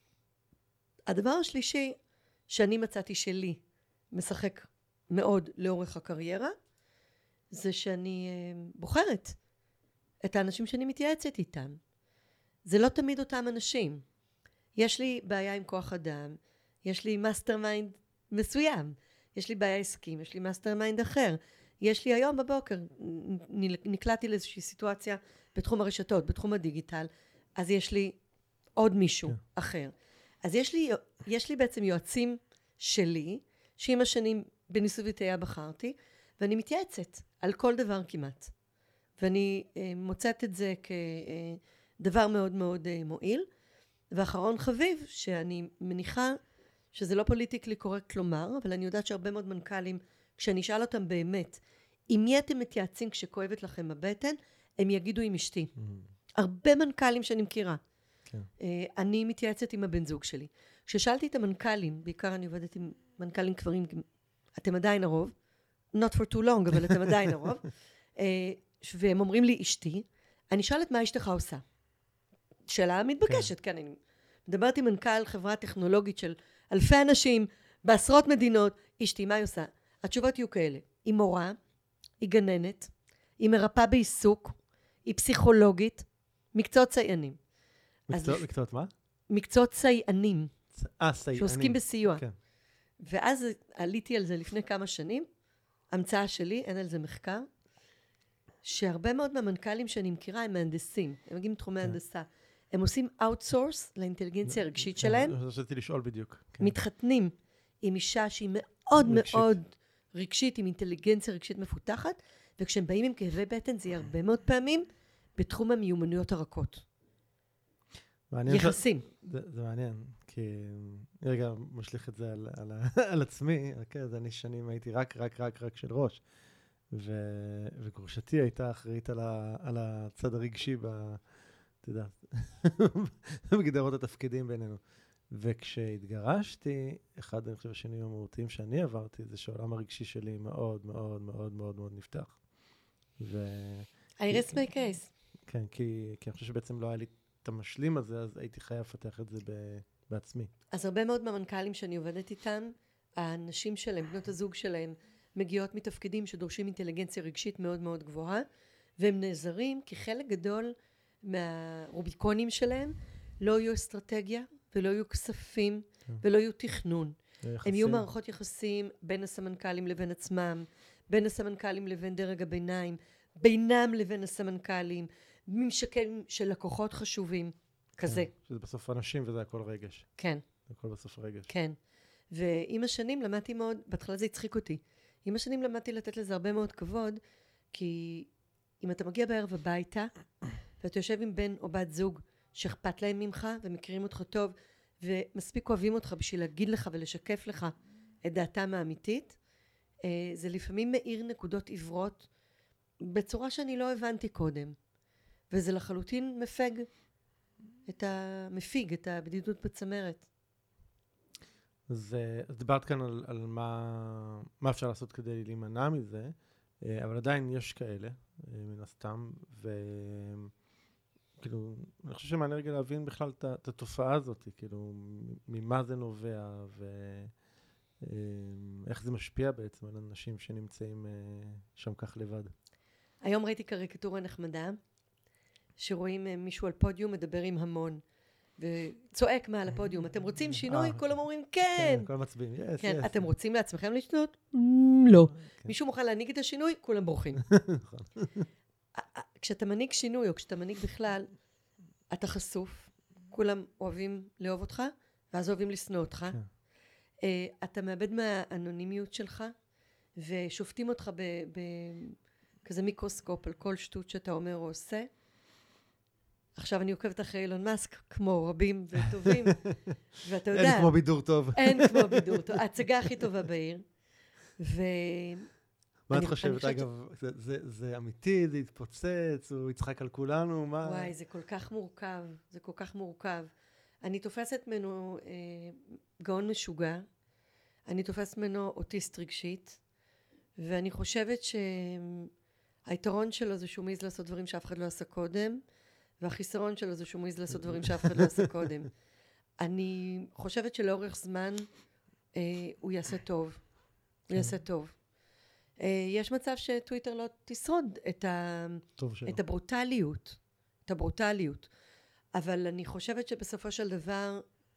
הדבר השלישי שאני מצאתי שלי משחק מאוד לאורך הקריירה, זה שאני בוחרת את האנשים שאני מתייעצת איתם. זה לא תמיד אותם אנשים. יש לי בעיה עם כוח אדם, יש לי מאסטר מיינד מסוים, יש לי בעיה עסקים, יש לי מאסטר מיינד אחר. יש לי היום בבוקר, נקלעתי לאיזושהי סיטואציה בתחום הרשתות, בתחום הדיגיטל, אז יש לי עוד מישהו אחר. אז יש לי בעצם יועצים שלי, שעם השנים בניסוי וטעייה בחרתי, ואני מתייעצת על כל דבר כמעט. ואני מוצאת את זה כדבר מאוד מאוד מועיל. ואחרון חביב, שאני מניחה שזה לא פוליטיקלי קורקט לומר, אבל אני יודעת שהרבה מאוד מנכ"לים, כשאני אשאל אותם באמת, עם מי אתם מתייעצים כשכואבת לכם הבטן, הם יגידו עם אשתי. הרבה מנכ"לים שאני מכירה. אני מתייעצת עם הבן זוג שלי. כששאלתי את המנכ"לים, בעיקר אני עובדת עם מנכ"לים גברים, אתם עדיין הרוב, not for too long, אבל אתם עדיין הרוב, והם אומרים לי אשתי, אני שואלת מה אשתך עושה. שאלה מתבקשת, כן, אני מדברת עם מנכ"ל חברה טכנולוגית של אלפי אנשים, בעשרות מדינות, אשתי, מה היא עושה? התשובות יהיו כאלה, היא מורה, היא גננת, היא מרפאה בעיסוק, היא פסיכולוגית, מקצועות סייענים. מקצועות מה? מקצועות סייענים. סייענים. שעוסקים בסיוע. כן. ואז עליתי על זה לפני כמה שנים, המצאה שלי, אין על זה מחקר, שהרבה מאוד מהמנכ"לים שאני מכירה הם מהנדסים, הם מגיעים מתחומי הנדסה. הם עושים אאוטסורס לאינטליגנציה הרגשית שלהם. רציתי לשאול בדיוק. מתחתנים עם אישה שהיא מאוד מאוד רגשית, עם אינטליגנציה רגשית מפותחת, וכשהם באים עם כאבי בטן זה יהיה הרבה מאוד פעמים בתחום המיומנויות הרכות. יחסים. זה מעניין, כי רגע משליך את זה על עצמי, אז אני שנים הייתי רק של ראש, וגרושתי הייתה אחראית על הצד הרגשי אתה יודע, בגדרות התפקידים בינינו. וכשהתגרשתי, אחד אני חושב השינויים המהותיים שאני עברתי, זה שהעולם הרגשי שלי מאוד מאוד מאוד מאוד מאוד נפתח. I rest my case. כן, כי אני חושב שבעצם לא היה לי את המשלים הזה, אז הייתי חייב לפתח את זה בעצמי. אז הרבה מאוד מהמנכ"לים שאני עובדת איתם, הנשים שלהם, בנות הזוג שלהם, מגיעות מתפקידים שדורשים אינטליגנציה רגשית מאוד מאוד גבוהה, והם נעזרים כי חלק גדול מהרוביקונים שלהם לא יהיו אסטרטגיה, ולא יהיו כספים, ולא יהיו תכנון. הם יהיו מערכות יחסים בין הסמנכ"לים לבין עצמם, בין הסמנכ"לים לבין דרג הביניים, בינם לבין הסמנכ"לים, ממשקים של לקוחות חשובים, כזה. שזה בסוף אנשים וזה הכל רגש. כן. זה הכל בסוף רגש. כן. ועם השנים למדתי מאוד, בהתחלה זה הצחיק אותי, עם השנים למדתי לתת לזה הרבה מאוד כבוד, כי אם אתה מגיע בערב הביתה, ואתה יושב עם בן או בת זוג שאכפת להם ממך ומכירים אותך טוב, ומספיק אוהבים אותך בשביל להגיד לך ולשקף לך את דעתם האמיתית, זה לפעמים מאיר נקודות עברות בצורה שאני לא הבנתי קודם. וזה לחלוטין מפיג את הבדידות בצמרת. אז דיברת כאן על מה אפשר לעשות כדי להימנע מזה, אבל עדיין יש כאלה, מן הסתם, וכאילו, אני חושב שמעניין רגע להבין בכלל את התופעה הזאת, כאילו, ממה זה נובע, ואיך זה משפיע בעצם על אנשים שנמצאים שם כך לבד. היום ראיתי קריקטורה נחמדה, שרואים מישהו על פודיום מדבר עם המון, וצועק מעל הפודיום, אתם רוצים שינוי? כולם אומרים כן. כולם מצביעים, yes. אתם רוצים לעצמכם לשנות? לא. מישהו מוכן להנהיג את השינוי? כולם בורחים. כשאתה מנהיג שינוי, או כשאתה מנהיג בכלל, אתה חשוף, כולם אוהבים לאהוב אותך, ואז אוהבים לשנוא אותך. אתה מאבד מהאנונימיות שלך, ושופטים אותך בכזה מיקרוסקופ על כל שטות שאתה אומר או עושה. עכשיו אני עוקבת אחרי אילון מאסק, כמו רבים וטובים, ואתה יודע... אין כמו בידור טוב. אין כמו בידור טוב. ההצגה הכי טובה בעיר. מה את חושבת? אגב, זה אמיתי, זה יתפוצץ, הוא יצחק על כולנו, מה... וואי, זה כל כך מורכב, זה כל כך מורכב. אני תופסת ממנו גאון משוגע, אני תופסת ממנו אוטיסט רגשית, ואני חושבת שהיתרון שלו זה שהוא מעז לעשות דברים שאף אחד לא עשה קודם, והחיסרון שלו זה שהוא מעז לעשות דברים שאף אחד לא עשה קודם. אני חושבת שלאורך זמן הוא יעשה טוב. הוא יעשה טוב. יש מצב שטוויטר לא תשרוד את הברוטליות. את הברוטליות. אבל אני חושבת שבסופו של דבר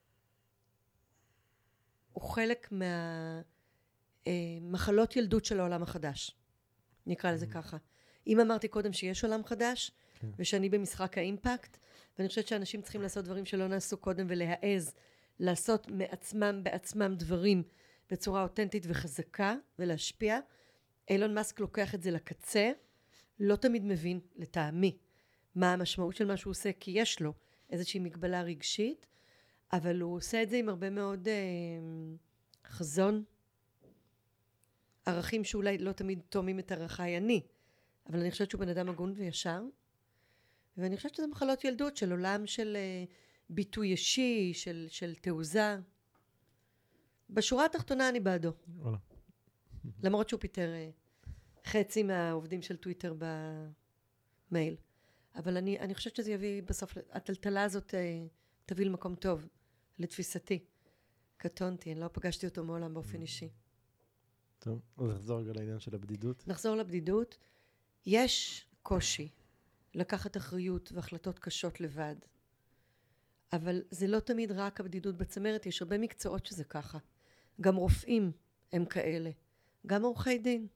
הוא חלק מהמחלות ילדות של העולם החדש. נקרא לזה ככה. אם אמרתי קודם שיש עולם חדש, ושאני במשחק האימפקט, ואני חושבת שאנשים צריכים לעשות דברים שלא נעשו קודם, ולהעז לעשות מעצמם בעצמם דברים בצורה אותנטית וחזקה, ולהשפיע. אילון מאסק לוקח את זה לקצה, לא תמיד מבין, לטעמי, מה המשמעות של מה שהוא עושה, כי יש לו איזושהי מגבלה רגשית, אבל הוא עושה את זה עם הרבה מאוד חזון, ערכים שאולי לא תמיד תואמים את ערכיי אני, אבל אני חושבת שהוא בן אדם הגון וישר, ואני חושבת שזה מחלות ילדות של עולם של ביטוי אישי, של תעוזה. בשורה התחתונה אני בעדו. וואלה. למרות שהוא פיטר חצי מהעובדים של טוויטר במייל. אבל אני חושבת שזה יביא בסוף, הטלטלה הזאת תביא למקום טוב, לתפיסתי. קטונתי, אני לא פגשתי אותו מעולם באופן אישי. טוב, אז נחזור רגע לעניין של הבדידות. נחזור לבדידות. יש קושי לקחת אחריות והחלטות קשות לבד. אבל זה לא תמיד רק הבדידות בצמרת, יש הרבה מקצועות שזה ככה. גם רופאים הם כאלה. גם עורכי דין.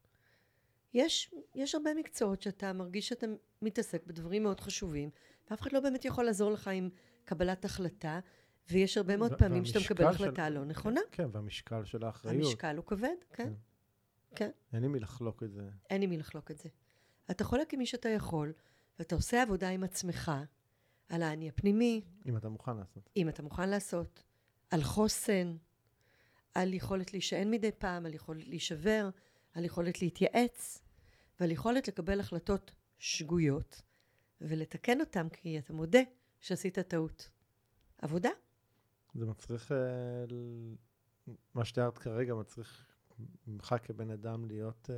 יש הרבה מקצועות שאתה מרגיש שאתה מתעסק בדברים מאוד חשובים, ואף אחד לא באמת יכול לעזור לך עם קבלת החלטה, ויש הרבה מאוד פעמים שאתה מקבל החלטה לא נכונה. כן, והמשקל של האחריות. המשקל הוא כבד, כן. כן. אין לי מי לחלוק את זה. אין לי מי לחלוק את זה. אתה חולק עם מי שאתה יכול, ואתה עושה עבודה עם עצמך, על האני הפנימי. אם אתה מוכן לעשות. אם אתה מוכן לעשות. על חוסן, על יכולת להישען מדי פעם, על יכולת להישבר, על יכולת להתייעץ, ועל יכולת לקבל החלטות שגויות, ולתקן אותם, כי אתה מודה שעשית טעות. עבודה. זה מצריך, מה שתיארת כרגע, מצריך ממך כבן אדם להיות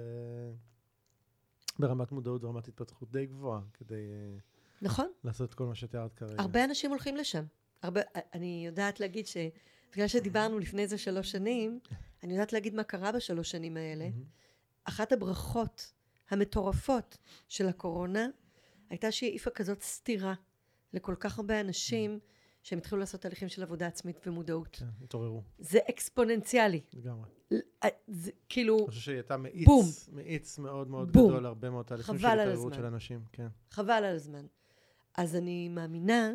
ברמת מודעות ורמת התפתחות די גבוהה, כדי נכון. לעשות כל מה שתיארת כרגע. הרבה אנשים הולכים לשם. אני יודעת להגיד בגלל שדיברנו לפני זה 3 שנים, אני יודעת להגיד מה קרה ב3 שנים האלה. אחת הברכות המטורפות של הקורונה, הייתה שהיא העיפה כזאת סתירה לכל כך הרבה אנשים, שהם התחילו לעשות תהליכים של עבודה עצמית ומודעות. כן, התעוררו. זה אקספוננציאלי. לגמרי. זה כאילו... אני חושב שהיא הייתה מאיץ מאוד מאוד בום. גדול, הרבה מאוד תהליכים של חבל על התעוררות הזמן. של אנשים. כן. חבל על הזמן. אז אני מאמינה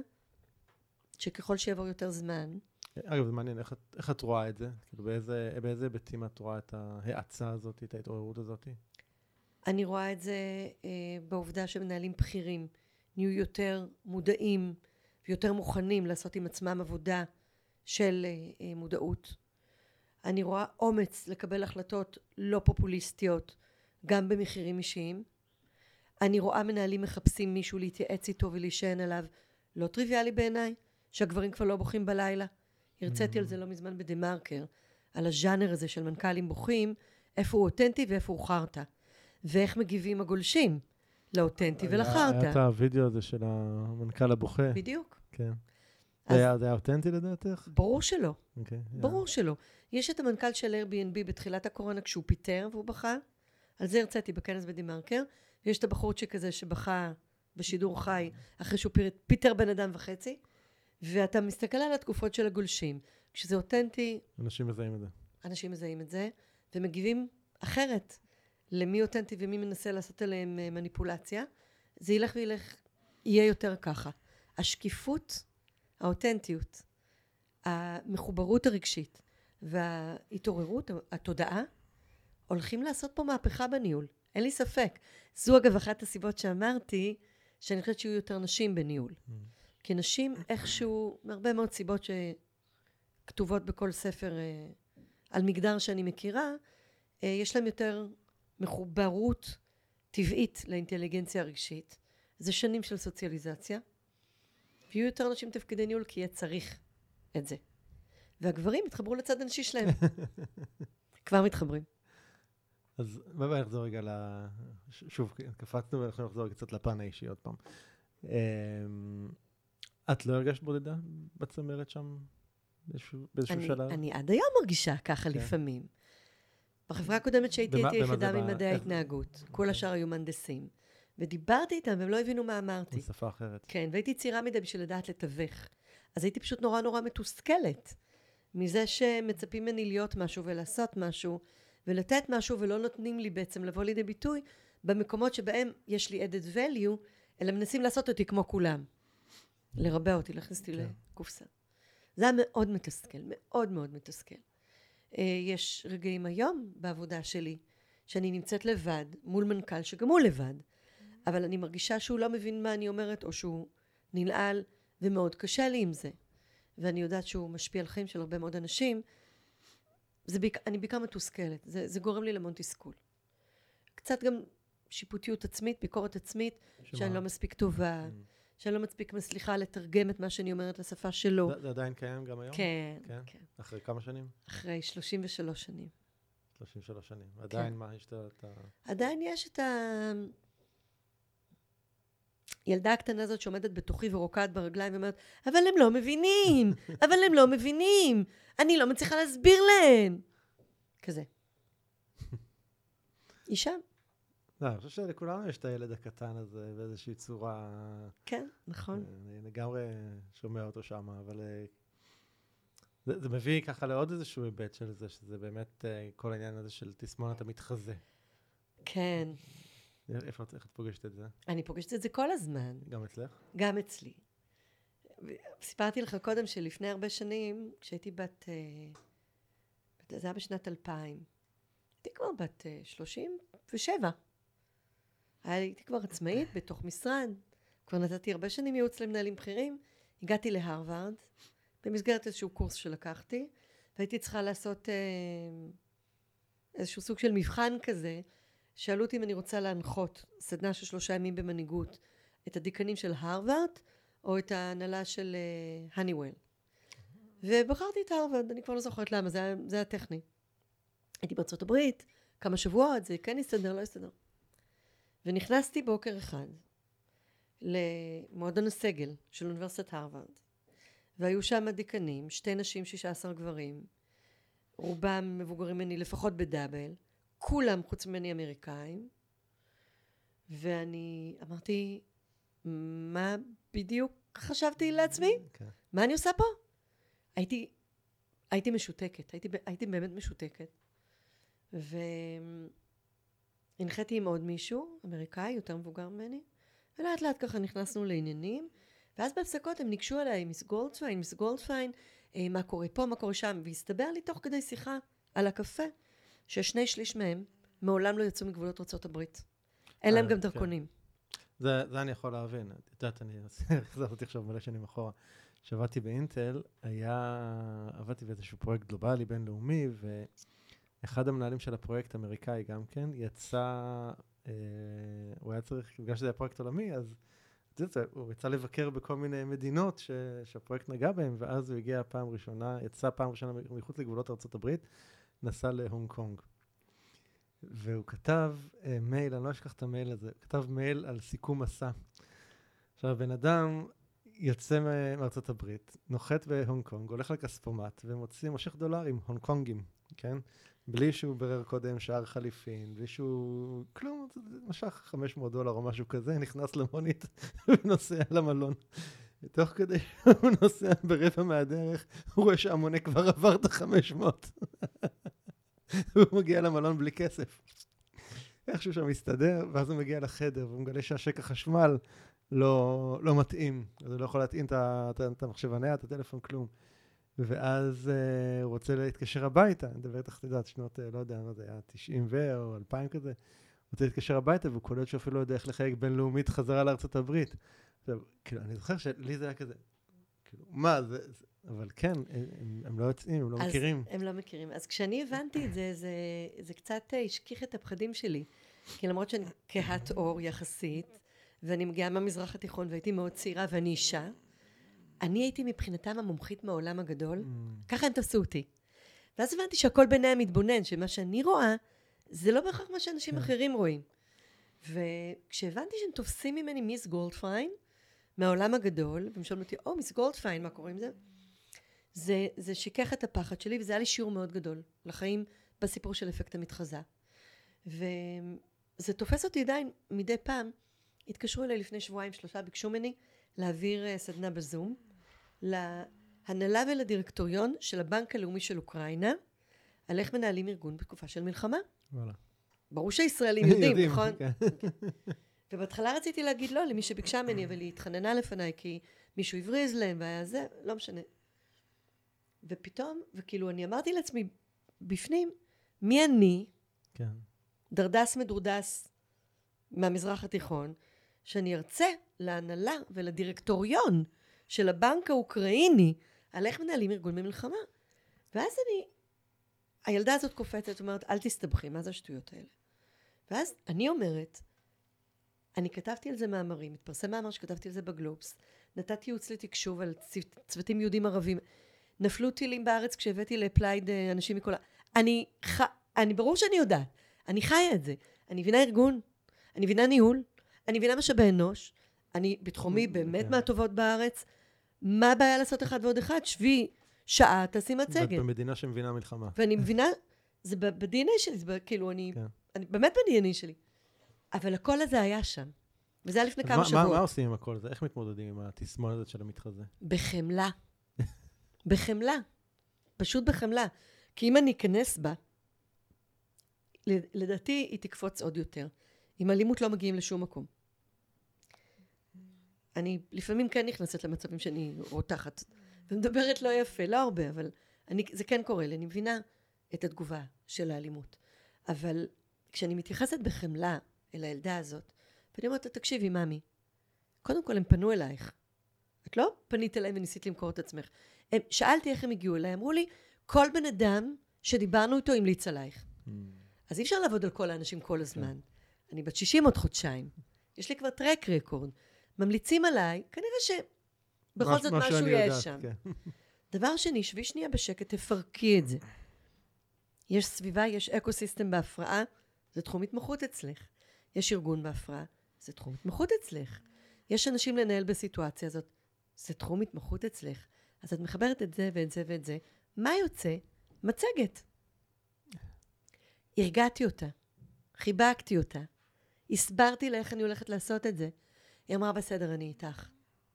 שככל שיעבור יותר זמן... אגב, זה מעניין, איך את רואה את זה? כאילו, באיזה היבטים את רואה את ההאצה הזאת, את ההתעוררות הזאת? אני רואה את זה בעובדה שמנהלים בכירים נהיו יותר מודעים ויותר מוכנים לעשות עם עצמם עבודה של מודעות. אני רואה אומץ לקבל החלטות לא פופוליסטיות, גם במחירים אישיים. אני רואה מנהלים מחפשים מישהו להתייעץ איתו ולהישען עליו. לא טריוויאלי בעיניי, שהגברים כבר לא בוכים בלילה. הרציתי על זה לא מזמן בדה-מרקר, על הז'אנר הזה של מנכ"לים בוכים, איפה הוא אותנטי ואיפה הוא חרטה. ואיך מגיבים הגולשים לאותנטי ולחרטה. היה את הווידאו הזה של המנכ"ל הבוכה. בדיוק. כן. זה היה אותנטי לדעתך? ברור שלא. אוקיי. ברור שלא. יש את המנכ"ל של Airbnb בתחילת הקורונה כשהוא פיטר והוא בכה. על זה הרציתי בכנס בדה-מרקר. ויש את הבחורצ'יק הזה שבכה בשידור חי אחרי שהוא פיטר בן אדם וחצי. ואתה מסתכל על התקופות של הגולשים. כשזה אותנטי... אנשים מזהים את זה. אנשים מזהים את זה, ומגיבים אחרת למי אותנטי ומי מנסה לעשות עליהם מניפולציה. זה ילך יהיה יותר ככה. השקיפות, האותנטיות, המחוברות הרגשית וההתעוררות, התודעה, הולכים לעשות פה מהפכה בניהול. אין לי ספק. זו אגב אחת הסיבות שאמרתי, שאני חושבת שיהיו יותר נשים בניהול. כי נשים איכשהו, מהרבה מאוד סיבות שכתובות בכל ספר על מגדר שאני מכירה, יש להם יותר מחוברות טבעית לאינטליגנציה הרגשית. זה שנים של סוציאליזציה. ויהיו יותר נשים תפקידי ניהול, כי יהיה צריך את זה. והגברים יתחברו לצד הנשי שלהם. כבר מתחברים. אז בואי נחזור רגע שוב, קפצנו ואנחנו נחזור קצת לפן האישי עוד פעם. את לא הרגשת בודדה בצמרת שם באיזשהו שלב? אני עד היום מרגישה ככה לפעמים. בחברה הקודמת שהייתי יחידה ממדעי ההתנהגות. כל השאר היו מהנדסים. ודיברתי איתם והם לא הבינו מה אמרתי. בשפה אחרת. כן, והייתי צעירה מדי בשביל לדעת לתווך. אז הייתי פשוט נורא נורא מתוסכלת. מזה שמצפים ממני להיות משהו ולעשות משהו, ולתת משהו ולא נותנים לי בעצם לבוא לידי ביטוי, במקומות שבהם יש לי added value, אלא מנסים לעשות אותי כמו כולם. לרבע אותי, להכניס אותי לקופסה. זה היה מאוד מתסכל, מאוד מאוד מתסכל. יש רגעים היום בעבודה שלי, שאני נמצאת לבד, מול מנכ"ל שגם הוא לבד, אבל אני מרגישה שהוא לא מבין מה אני אומרת, או שהוא ננעל, ומאוד קשה לי עם זה. ואני יודעת שהוא משפיע על חיים של הרבה מאוד אנשים, אני בעיקר מתוסכלת, זה גורם לי למון תסכול. קצת גם שיפוטיות עצמית, ביקורת עצמית, שאני לא מספיק טובה, שאני לא מספיק מצליחה לתרגם את מה שאני אומרת לשפה שלו. זה עדיין קיים גם היום? כן. אחרי כמה שנים? אחרי 33 שנים. 33 שנים. עדיין מה יש את ה... עדיין יש את ילדה הקטנה הזאת שעומדת בתוכי ורוקעת ברגליים ואומרת, אבל הם לא מבינים, אבל הם לא מבינים, אני לא מצליחה להסביר להם. כזה. אישה. לא, אני חושב שלכולנו יש את הילד הקטן הזה באיזושהי צורה... כן, נכון. אני לגמרי שומע אותו שם, אבל זה מביא ככה לעוד איזשהו היבט של זה, שזה באמת כל העניין הזה של תסמונת המתחזה. כן. איך את פוגשת את זה? אני פוגשת את זה כל הזמן. גם אצלך? גם אצלי. סיפרתי לך קודם שלפני הרבה שנים, כשהייתי זה היה בשנת 2000, הייתי כבר בת 37. הייתי כבר עצמאית בתוך משרד. כבר נתתי הרבה שנים ייעוץ למנהלים בכירים. הגעתי להרווארד, במסגרת איזשהו קורס שלקחתי, והייתי צריכה לעשות איזשהו סוג של מבחן כזה, שאלו אותי אם אני רוצה להנחות סדנה של 3 ימים במנהיגות, את הדיקנים של הרווארד, או את ההנהלה של הניוול. ובחרתי את הרווארד, אני כבר לא זוכרת למה, זה היה טכני. הייתי בארצות הברית, כמה שבועות, זה כן יסתדר, לא יסתדר. ונכנסתי בוקר אחד למועדון הסגל של אוניברסיטת הרווארד, והיו שם דיקנים, 2 נשים, 16 גברים, רובם מבוגרים ממני לפחות בדאבל, כולם חוץ ממני אמריקאים, ואני אמרתי, מה בדיוק חשבתי לעצמי? כן. מה אני עושה פה? הייתי משותקת, הייתי באמת משותקת. והנחיתי עם עוד מישהו, אמריקאי, יותר מבוגר ממני, ולאט לאט ככה נכנסנו לעניינים, ואז בהפסקות הם ניגשו אליי, מיס גולדפיין, מה קורה פה, מה קורה שם, והסתבר לי תוך כדי שיחה על הקפה, ש2/3 מהם מעולם לא יצאו מגבולות ארצות הברית. אין להם גם דרכונים. זה אני יכול להבין. את יודעת, אני חזרתי עכשיו מלא שנים אחורה. כשעבדתי באינטל, עבדתי באיזשהו פרויקט גלובלי בינלאומי, ואחד המנהלים של הפרויקט האמריקאי גם כן, הוא היה צריך, בגלל שזה היה פרויקט עולמי, אז הוא יצא לבקר בכל מיני מדינות שהפרויקט נגע בהם, ואז הוא הגיע יצא פעם ראשונה מחוץ לגבולות ארצות הברית, נסע להונג קונג. והוא כתב מייל, אני לא אשכח את המייל הזה, הוא כתב מייל על סיכום מסע. עכשיו, הבן אדם יוצא מארצות הברית, נוחת בהונג קונג, הולך לכספומט, מושך דולרים, הונג קונגים, כן? בלי שהוא ברר קודם שער חליפין, בלי שהוא... כלום, משך $500 או משהו כזה, נכנס למונית ונוסע למלון. תוך כדי שהוא נוסע ברבע מהדרך, הוא רואה שהמונה כבר עבר את ה-500. הוא מגיע למלון בלי כסף. איכשהו שם מסתדר, ואז הוא מגיע לחדר, והוא מגלה שהשק החשמל לא מתאים. אז הוא לא יכול להתאים את המחשב הנייד, את הטלפון, כלום. ואז הוא רוצה להתקשר הביתה, אני מדבר איתך, תדעת, שנות, לא יודע, היה 90 או 2000 כזה. הוא רוצה להתקשר הביתה, והוא קולט שאפילו לא יודע איך לחייג בינלאומית חזרה לארצות הברית. עכשיו, כאילו, אני זוכר שלי זה היה כזה, כאילו, מה, אבל כן, הם לא יוצאים, הם לא מכירים. הם לא מכירים. אז כשאני הבנתי את זה, זה קצת השכיח את הפחדים שלי. כי למרות שאני כהת אור יחסית, ואני מגיעה מהמזרח התיכון, והייתי מאוד צעירה, ואני אישה, אני הייתי מבחינתם המומחית מהעולם הגדול, ככה הם תפסו אותי. ואז הבנתי שהכל ביניהם מתבונן, שמה שאני רואה, זה לא בהכרח מה שאנשים אחרים רואים. וכשהבנתי שהם תופסים ממני מיס גולדפיין, מהעולם הגדול, והם שואלים אותי, מיס גולדפיין, מה קורה עם זה? זה שיקח את הפחד שלי, וזה היה לי שיעור מאוד גדול לחיים בסיפור של אפקט המתחזה. וזה תופס אותי עדיין מדי פעם. התקשרו אליי לפני 2-3 שבועות, ביקשו ממני להעביר סדנה בזום, להנהלה ולדירקטוריון של הבנק הלאומי של אוקראינה, על איך מנהלים ארגון בתקופה של מלחמה. וואלה. ברור שהישראלים יודעים, נכון? ובהתחלה רציתי להגיד לא, למי שביקשה ממני, אבל היא התחננה לפניי, כי מישהו הבריז להם, והיה זה, לא משנה. ופתאום, וכאילו אני אמרתי לעצמי, בפנים, מי אני? כן. דרדס מדורדס מהמזרח התיכון, שאני ארצה להנהלה ולדירקטוריון של הבנק האוקראיני, על איך מנהלים ארגון במלחמה. ואז הילדה הזאת קופצת, אומרת, אל תסתבכי, מה זה השטויות האלה? ואז אני אומרת, אני כתבתי על זה מאמרים, התפרסם מאמר שכתבתי על זה בגלובס, נתתי ייעוץ לתקשוב על צוותים יהודים ערבים, נפלו טילים בארץ כשהבאתי לאפלייד אנשים מכל... אני ברור שאני יודעת, אני חיה את זה, אני מבינה ארגון, אני מבינה ניהול, אני מבינה משאבי אנוש, אני בתחומי באמת מהטובות בארץ, מה הבעיה לעשות אחד ועוד אחד? שבי שעה, תעשי מצגת. במדינה שמבינה מלחמה. ואני מבינה, זה ב-DNA שלי, זה כאילו אני באמת ב-DNA שלי. אבל הקול הזה היה שם. וזה היה לפני כמה שבועות. מה עושים עם הקול הזה? איך מתמודדים עם התסמונת הזאת של המתחזה? בחמלה. בחמלה. פשוט בחמלה. כי אם אני אכנס בה, לדעתי היא תקפוץ עוד יותר. עם אלימות לא מגיעים לשום מקום. אני לפעמים כן נכנסת למצבים שאני רותחת, ומדברת לא יפה, לא הרבה, אבל זה כן קורה לי. אני מבינה את התגובה של האלימות. אבל כשאני מתייחסת בחמלה אל הילדה הזאת, ואני אומרת לה, תקשיבי, ממי, קודם כל הם פנו אלייך. את לא פנית אליי וניסית למכור את עצמך. שאלתי איך הם הגיעו אליי, אמרו לי, כל בן אדם שדיברנו איתו המליץ עלייך. אז אי אפשר לעבוד על כל האנשים כל הזמן. אני בת 60 עוד חודשיים. יש לי כבר טרק רקורד. ממליצים עליי, כנראה שבכל זאת משהו יש שם. דבר שני, שבי שנייה בשקט, תפרקי את זה. יש סביבה, יש אקוסיסטם בהפרעה, זה תחום התמחות אצלך. יש ארגון בהפרעה, זה תחום התמחות אצלך. יש אנשים לנהל בסיטואציה הזאת, זה תחום התמחות אצלך. אז את מחברת את זה ואת זה ואת זה. מה יוצא? מצגת. הרגעתי אותה, חיבקתי אותה, הסברתי לה איך אני הולכת לעשות את זה. היא אמרה, בסדר, אני איתך.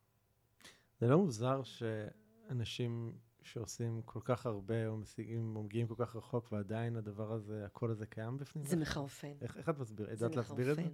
זה לא מוזר שאנשים שעושים כל כך הרבה, או מגיעים כל כך רחוק, ועדיין הדבר הזה, הקול הזה קיים בפנים? זה מחרפן. איך את מסביר? יודעת להסביר את זה?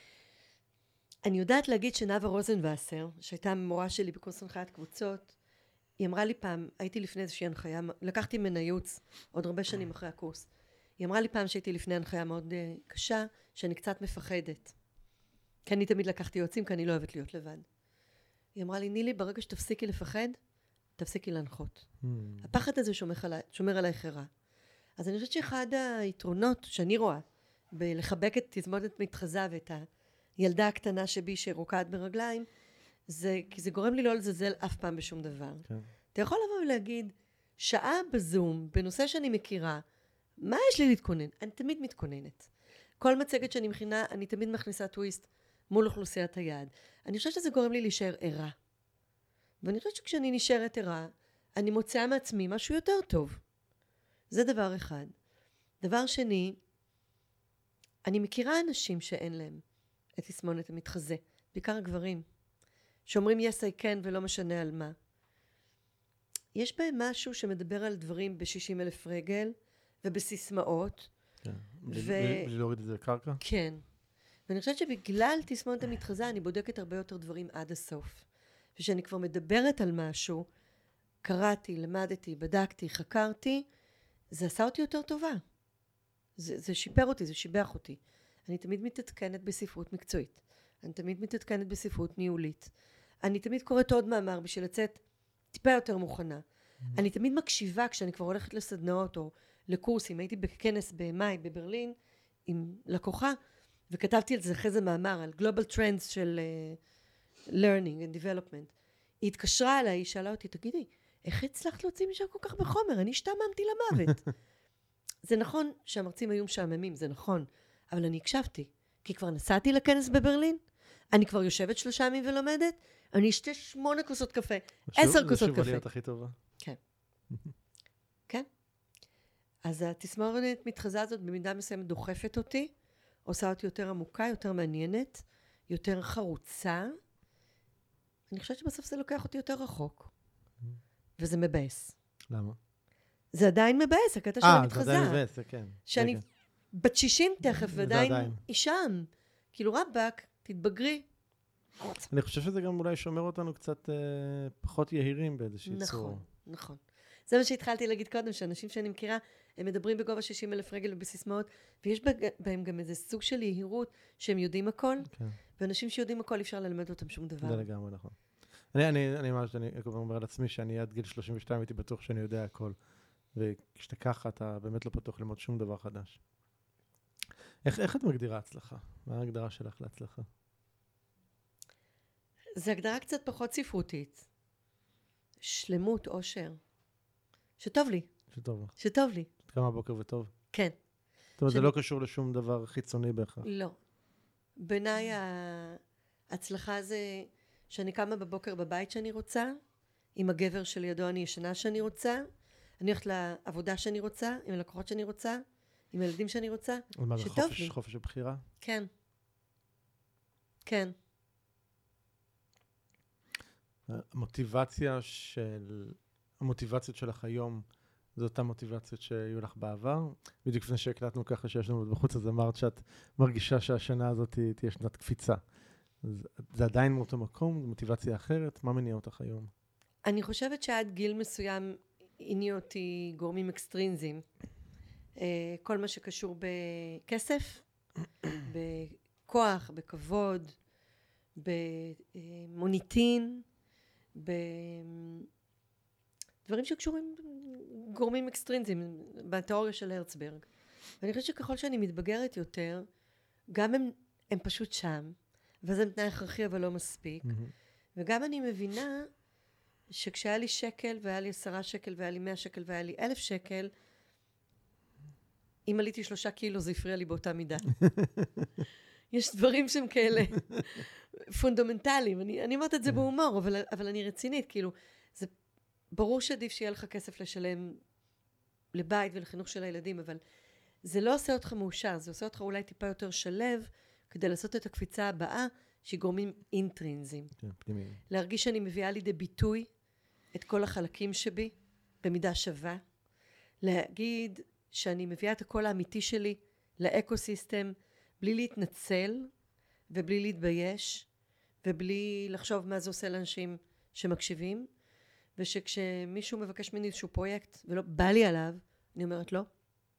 אני יודעת להגיד שנאווה רוזנווסר, שהייתה המורה שלי בקורס הנחיית קבוצות, היא אמרה לי פעם, הייתי לפני איזושהי הנחיה, לקחתי ממנה ייעוץ עוד הרבה שנים אחרי הקורס. היא אמרה לי פעם שהייתי לפני הנחיה מאוד קשה, שאני קצת מפחדת. כי אני תמיד לקחתי יועצים, כי אני לא אוהבת להיות לבד. היא אמרה לי, נילי, ברגע שתפסיקי לפחד, תפסיקי להנחות. הפחד הזה שומר עליי חרה. אז אני חושבת שאחד היתרונות שאני רואה, בלחבק את תזמונת מתחזה ואת הילדה הקטנה שבי שרוקעת ברגליים, זה כי זה גורם לי לא לזלזל אף פעם בשום דבר. כן. אתה יכול לבוא ולהגיד, שעה בזום, בנושא שאני מכירה, מה יש לי להתכונן? אני תמיד מתכוננת. כל מצגת שאני מכינה, אני תמיד מכניסה טוויסט מול אוכלוסיית היעד. אני חושבת שזה גורם לי להישאר ערה. ואני חושבת שכשאני נשארת ערה, אני מוצאה מעצמי משהו יותר טוב. זה דבר אחד. דבר שני, אני מכירה אנשים שאין להם את תסמונת המתחזה, בעיקר הגברים, שאומרים yes I can ולא משנה על מה. יש בהם משהו שמדבר על דברים ב-60,000 רגל ובסיסמאות. כן, בלי להוריד את זה לקרקע? כן. ואני חושבת שבגלל תסמונת המתחזה אני בודקת הרבה יותר דברים עד הסוף. ושאני כבר מדברת על משהו, קראתי, למדתי, בדקתי, חקרתי, זה עשה אותי יותר טובה. זה שיפר אותי, זה שיבח אותי. אני תמיד מתעדכנת בספרות מקצועית. אני תמיד מתעדכנת בספרות ניהולית. אני תמיד קוראת עוד מאמר בשביל לצאת טיפה יותר מוכנה. אני תמיד מקשיבה כשאני כבר הולכת לסדנאות או לקורסים. הייתי בכנס במאי בברלין עם לקוחה, וכתבתי על זה אחרי זה מאמר, על Global Trends של Learning and Development. היא התקשרה אליי, היא שאלה אותי, תגידי, איך הצלחת להוציא משם כל כך בחומר? אני השתעממתי למוות. זה נכון שהמרצים היו משעממים, זה נכון, אבל אני הקשבתי, כי כבר נסעתי לכנס בברלין, אני כבר יושבת 3 ימים ולומדת, אני אשתה 8 כוסות קפה, 10 כוסות זה שוב קפה. עליות הכי טובה. כן. כן. אז התסמונת מתחזה הזאת במידה מסוימת דוחפת אותי, עושה אותי יותר עמוקה, יותר מעניינת, יותר חרוצה. אני חושבת שבסוף זה לוקח אותי יותר רחוק. וזה מבאס. למה? זה עדיין מבאס, הקטע של המתחזה. זה עדיין מבאס, זה כן. שאני בת 60 תכף, ועדיין עדיין. היא שם. כאילו רבק, תתבגרי. אני חושב שזה גם אולי שומר אותנו קצת פחות יהירים באיזושהי צורה. נכון, נכון. זה מה שהתחלתי להגיד קודם, שאנשים שאני מכירה, הם מדברים בגובה 60,000 רגל ובסיסמאות, ויש בהם גם איזה סוג של יהירות שהם יודעים הכל, כן. ואנשים שיודעים הכל, אפשר ללמד אותם שום דבר. זה לגמרי נכון. אני אומר על עצמי שאני עד גיל 32 הייתי בטוח שאני יודע הכל. וכשאתה ככה, אתה באמת לא פתוח ללמוד שום דבר חדש. איך את מגדירה הצלחה? מה ההגדרה שלך להצלחה? זו הגדרה קצת פחות ספרותית. שלמות, אושר. שטוב לי. שטוב לך. שטוב לי. את קמה בוקר וטוב. כן. זאת אומרת, זה לא קשור לשום דבר חיצוני בהכרח. לא. בעיניי ההצלחה זה שאני קמה בבוקר בבית שאני רוצה, עם הגבר שלידו אני ישנה שאני רוצה, אני הולכת לעבודה שאני רוצה, עם הלקוחות שאני רוצה, עם הילדים שאני רוצה, שטוב לי. חופש הבחירה? כן. כן. המוטיבציות שלך היום, זו אותה מוטיבציות שהיו לך בעבר. בדיוק לפני שהקלטנו ככה שיש לנו בחוץ, אז אמרת שאת מרגישה שהשנה הזאת תהיה שנת קפיצה. זה עדיין מאותו מקום? זו מוטיבציה אחרת? מה מניע אותך היום? אני חושבת שעד גיל מסוים הניע אותי גורמים אקסטרינזיים. כל מה שקשור בכסף, בכוח, בכבוד, במוניטין, דברים שקשורים גורמים אקסטרינזיים בתיאוריה של הרצברג. ואני חושבת שככל שאני מתבגרת יותר, גם הם פשוט שם, וזה תנאי הכרחי אבל לא מספיק. וגם אני מבינה שכשהיה לי שקל, והיה לי 10 שקל, והיה לי 100 שקל, והיה לי 1,000 שקל, אם עליתי 3 קילו, זה הפריע לי באותה מידה. יש דברים שהם כאלה פונדמנטליים. אני אומרת את זה בהומור, אבל אני רצינית. כאילו, זה ברור שעדיף שיהיה לך כסף לשלם לבית ולחינוך של הילדים, אבל זה לא עושה אותך מאושר, זה עושה אותך אולי טיפה יותר שלב, כדי לעשות את הקפיצה הבאה, שגורמים אינטרינזיים. כן, פנימיים. להרגיש שאני מביאה לידי ביטוי את כל החלקים שבי, במידה שווה. להגיד שאני מביאה את הקול האמיתי שלי לאקוסיסטם, בלי להתנצל, ובלי להתבייש, ובלי לחשוב מה זה עושה לאנשים שמקשיבים, ושכשמישהו מבקש ממני איזשהו פרויקט, ולא בא לי עליו, אני אומרת לא.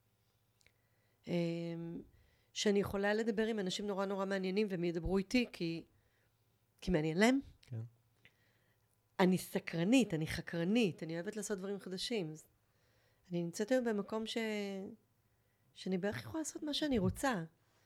שאני יכולה לדבר עם אנשים נורא נורא מעניינים, והם ידברו איתי, כי מעניין להם. כן. אני סקרנית, אני חקרנית, אני אוהבת לעשות דברים חדשים. אני נמצאת היום במקום שאני בערך יכולה לעשות מה שאני רוצה.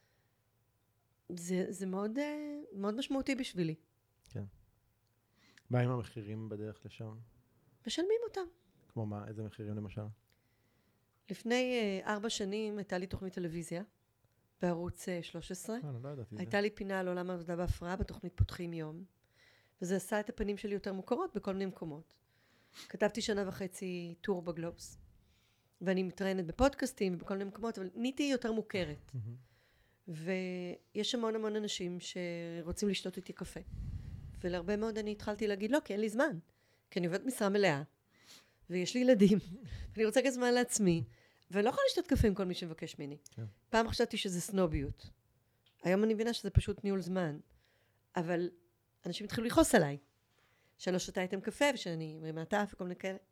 זה מאוד, מאוד משמעותי בשבילי. כן. מה עם המחירים בדרך לשם? משלמים אותם. כמו מה? איזה מחירים למשל? לפני 4 שנים הייתה לי תוכנית טלוויזיה בערוץ 13. לא ידעתי. הייתה לי פינה על עולם העבודה בהפרעה בתוכנית פותחים יום. וזה עשה את הפנים שלי יותר מוכרות בכל מיני מקומות. כתבתי 1.5 שנה טור בגלובס. ואני מתראיינת בפודקאסטים ובכל מיני מקומות, אבל נהייתי יותר מוכרת. ויש המון המון אנשים שרוצים לשתות איתי קפה. ולהרבה מאוד אני התחלתי להגיד, לא, כי אין לי זמן. כי אני עובדת משרה מלאה, ויש לי ילדים, ואני רוצה גם זמן לעצמי, ואני לא יכולה לשתות קפה עם כל מי שמבקש ממני. כן. פעם חשבתי שזה סנוביות. היום אני מבינה שזה פשוט ניהול זמן. אבל אנשים התחילו לכעוס עליי, שאני לא שותה איתם קפה, ושאני מרימה את האף וכל מיני כאלה.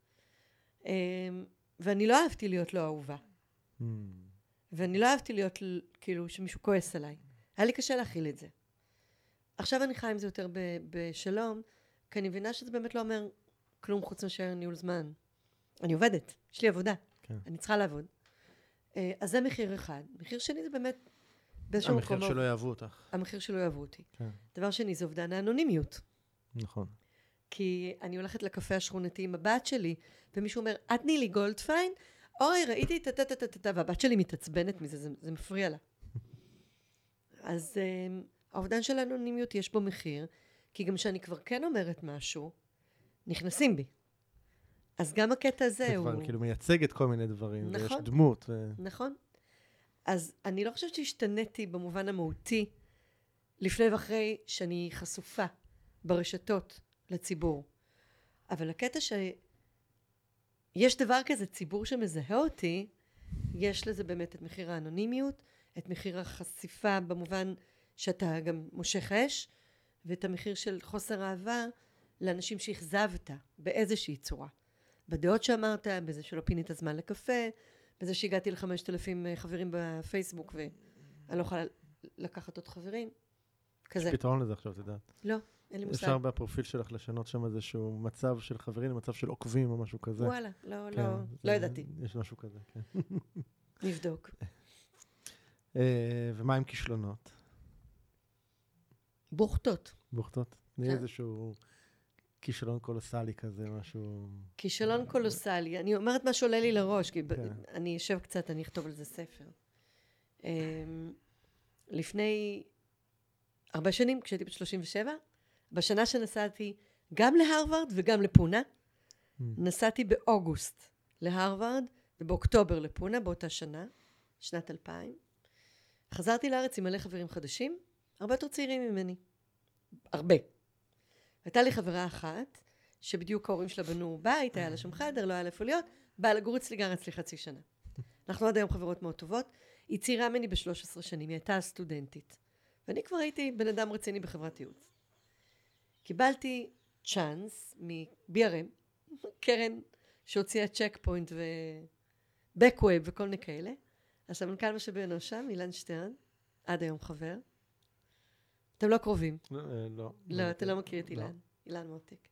ואני לא אהבתי להיות לא אהובה. ואני לא אהבתי להיות כאילו שמישהו כועס עליי. היה לי קשה להכיל את זה. עכשיו אני חיה עם זה יותר בשלום, כי אני מבינה שזה באמת לא אומר כלום חוץ מאשר ניהול זמן. אני עובדת, יש לי עבודה. כן. אני צריכה לעבוד. אז זה מחיר אחד. מחיר שני זה באמת באיזשהו מקום... המחיר שלא יאהבו אותך. המחיר שלא יאהבו אותי. כן. דבר שני זה אובדן האנונימיות. נכון. כי אני הולכת לקפה השכונתי עם הבת שלי, ומישהו אומר, את נילי גולדפיין? אוי, ראיתי את והבת שלי מתעצבנת מזה, זה מפריע לה. אז האובדן של האנונימיות יש בו מחיר, כי גם שאני כבר כן אומרת משהו, נכנסים בי. אז גם הקטע הזה הוא... זה כבר כאילו מייצגת כל מיני דברים, נכון, ויש דמות. נכון. אז אני לא חושבת שהשתניתי במובן המהותי, לפני ואחרי שאני חשופה ברשתות לציבור. אבל הקטע שיש דבר כזה, ציבור שמזהה אותי, יש לזה באמת את מחיר האנונימיות, את מחיר החשיפה במובן שאתה גם מושך אש, ואת המחיר של חוסר אהבה לאנשים שהחזבת באיזושהי צורה. בדעות שאמרת, בזה שלא פינית הזמן לקפה, בזה שהגעתי ל5,000 חברים בפייסבוק ואני לא יכולה לקחת עוד חברים. כזה. יש פתרון לזה עכשיו, תדעת. לא, אין לי מושג. אפשר בפרופיל שלך לשנות שם איזשהו מצב של חברים, מצב של עוקבים או משהו כזה. וואלה, לא ידעתי. יש משהו כזה, כן. נבדוק. ומה עם כישלונות? בוכתות. בוכתות? נהיה איזשהו כישלון קולוסלי כזה, משהו... כישלון קולוסלי. אני אומרת מה שעולה לי לראש, כי אני אשב קצת, אני אכתוב על זה ספר. לפני 4 שנים, כשהייתי בת 37, בשנה שנסעתי גם להרווארד וגם לפונה, נסעתי באוגוסט להרווארד ובאוקטובר לפונה, באותה שנה, שנת 2000. חזרתי לארץ עם מלא חברים חדשים, הרבה יותר צעירים ממני. הרבה. הייתה לי חברה אחת, שבדיוק ההורים שלה בנו בית, היה לה שם חדר, לא היה לה איפה להיות, באה לגור אצלי, גרה אצלי חצי שנה. אנחנו עד היום חברות מאוד טובות. היא צעירה ממני ב-13 שנים, היא הייתה סטודנטית. ואני כבר הייתי בן אדם רציני בחברת ייעוץ. קיבלתי צ'אנס מ-BRM, קרן שהוציאה צ'ק פוינט ובקווב וכל מיני כאלה. אז המנכ"ל משאבי אנוש שם, אילן שטרן, עד היום חבר. אתם לא קרובים. לא. לא, אתה לא מכיר את אילן. אילן מותק.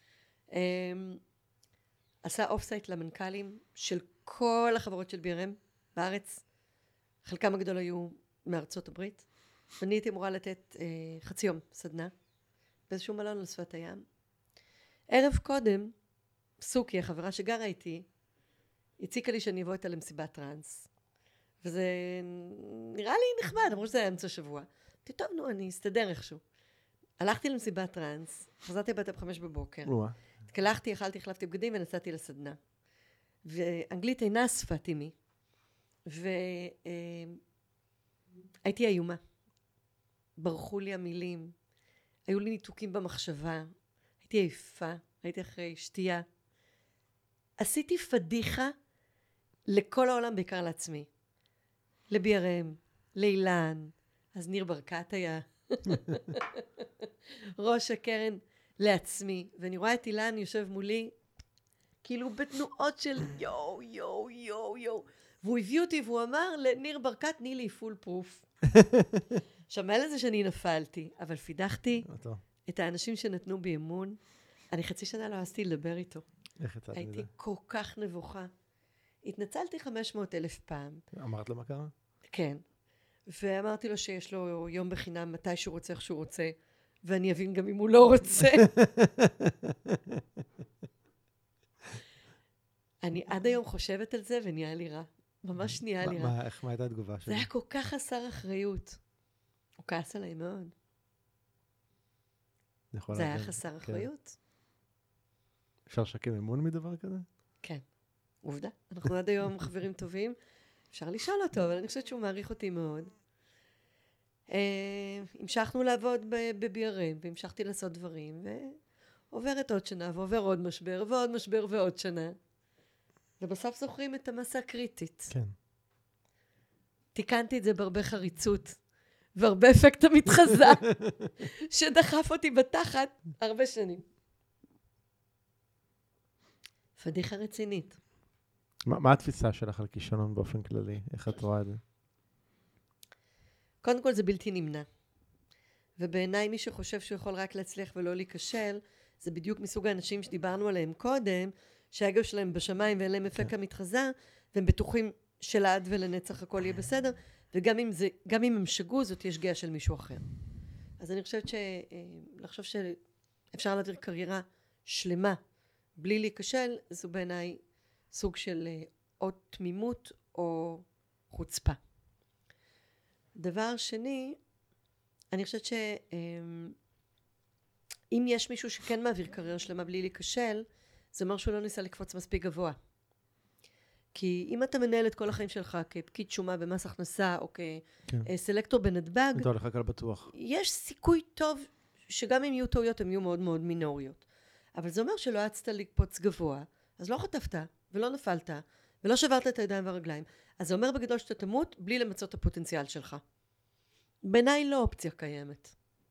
עשה אוף סייט למנכ"לים של כל החברות של BRM בארץ. חלקם הגדול היו מארצות הברית. ואני הייתי אמורה לתת חצי יום סדנה באיזשהו מלון על שפת הים. ערב קודם, סוכי, החברה שגרה איתי, הציקה לי שאני אבוא איתה למסיבת טרנס. וזה נראה לי נחמד, אמרו שזה היה אמצע שבוע. אמרתי, טוב, נו, אני אסתדר איכשהו. הלכתי למסיבת טרנס, חזרתי הביתה ב5 בבוקר. התקלחתי, אכלתי, החלפתי בגדים ונסעתי לסדנה. ואנגלית אינה שפת אמי. והייתי איומה. ברחו לי המילים. היו לי ניתוקים במחשבה. הייתי עייפה. הייתי אחרי שתייה. עשיתי פדיחה לכל העולם, בעיקר לעצמי. ל-BRM, לאילן. אז ניר ברקת היה. ראש הקרן לעצמי. ואני רואה את אילן יושב מולי, כאילו בתנועות של יו, יו, יו, יו. והוא הביא אותי והוא אמר לניר ברקת, תני לי פול פרוף. שמע לזה שאני נפלתי, אבל פידחתי את האנשים שנתנו בי אמון. אני חצי שנה לא עשיתי לדבר איתו. איך יצאת מזה? הייתי כל כך נבוכה. התנצלתי 500,000 פעם. אמרת לו מה קרה? כן. ואמרתי לו שיש לו יום בחינם מתי שהוא רוצה, איך שהוא רוצה, ואני אבין גם אם הוא לא רוצה. אני עד היום חושבת על זה ונהיה לי רע. ממש נהיה לי רע. מה הייתה התגובה שלי? זה היה כל כך חסר אחריות. הוא כעס עליי מאוד. זה היה חסר אחריות. אפשר לשקם אמון מדבר כזה? כן. עובדה. אנחנו עד היום חברים טובים. אפשר לשאול אותו, אבל אני חושבת שהוא מעריך אותי מאוד. המשכנו לעבוד ב-BRM, והמשכתי לעשות דברים, ועוברת עוד שנה, ועובר עוד משבר, ועוד משבר, ועוד שנה. ובסוף זוכרים את המסה הקריטית. כן. תיקנתי את זה בהרבה חריצות, והרבה אפקט המתחזה, שדחף אותי בתחת הרבה שנים. פדיחה רצינית. מה התפיסה שלך על כישלון באופן כללי? איך את רואה את זה? קודם כל זה בלתי נמנע. ובעיניי מי שחושב שהוא יכול רק להצליח ולא להיכשל, זה בדיוק מסוג האנשים שדיברנו עליהם קודם, שהאגו שלהם בשמיים ואין להם אפקט המתחזה, והם בטוחים שלעד ולנצח הכל יהיה בסדר, וגם אם הם שגו, זאת תהיה שגיאה של מישהו אחר. אז אני חושבת לחשוב שאפשר להעביר קריירה שלמה, בלי להיכשל, זו בעיניי סוג של או תמימות או חוצפה. דבר שני, אני חושבת שאם יש מישהו שכן מעביר קריירה שלמה בלי להיכשל, זה אומר שהוא לא ניסה לקפוץ מספיק גבוה. כי אם אתה מנהל את כל החיים שלך כפקיד שומה במס הכנסה, או כסלקטור בנתב"ג, אתה הולך רק על בטוח. יש סיכוי טוב שגם אם יהיו טעויות, הן יהיו מאוד מאוד מינוריות. אבל זה אומר שלא יצאת לקפוץ גבוה, אז לא חטפת, ולא נפלת, ולא שברת את הידיים והרגליים. אז זה אומר בגדול שאתה תמות בלי למצות את הפוטנציאל שלך. בעיניי לא אופציה קיימת.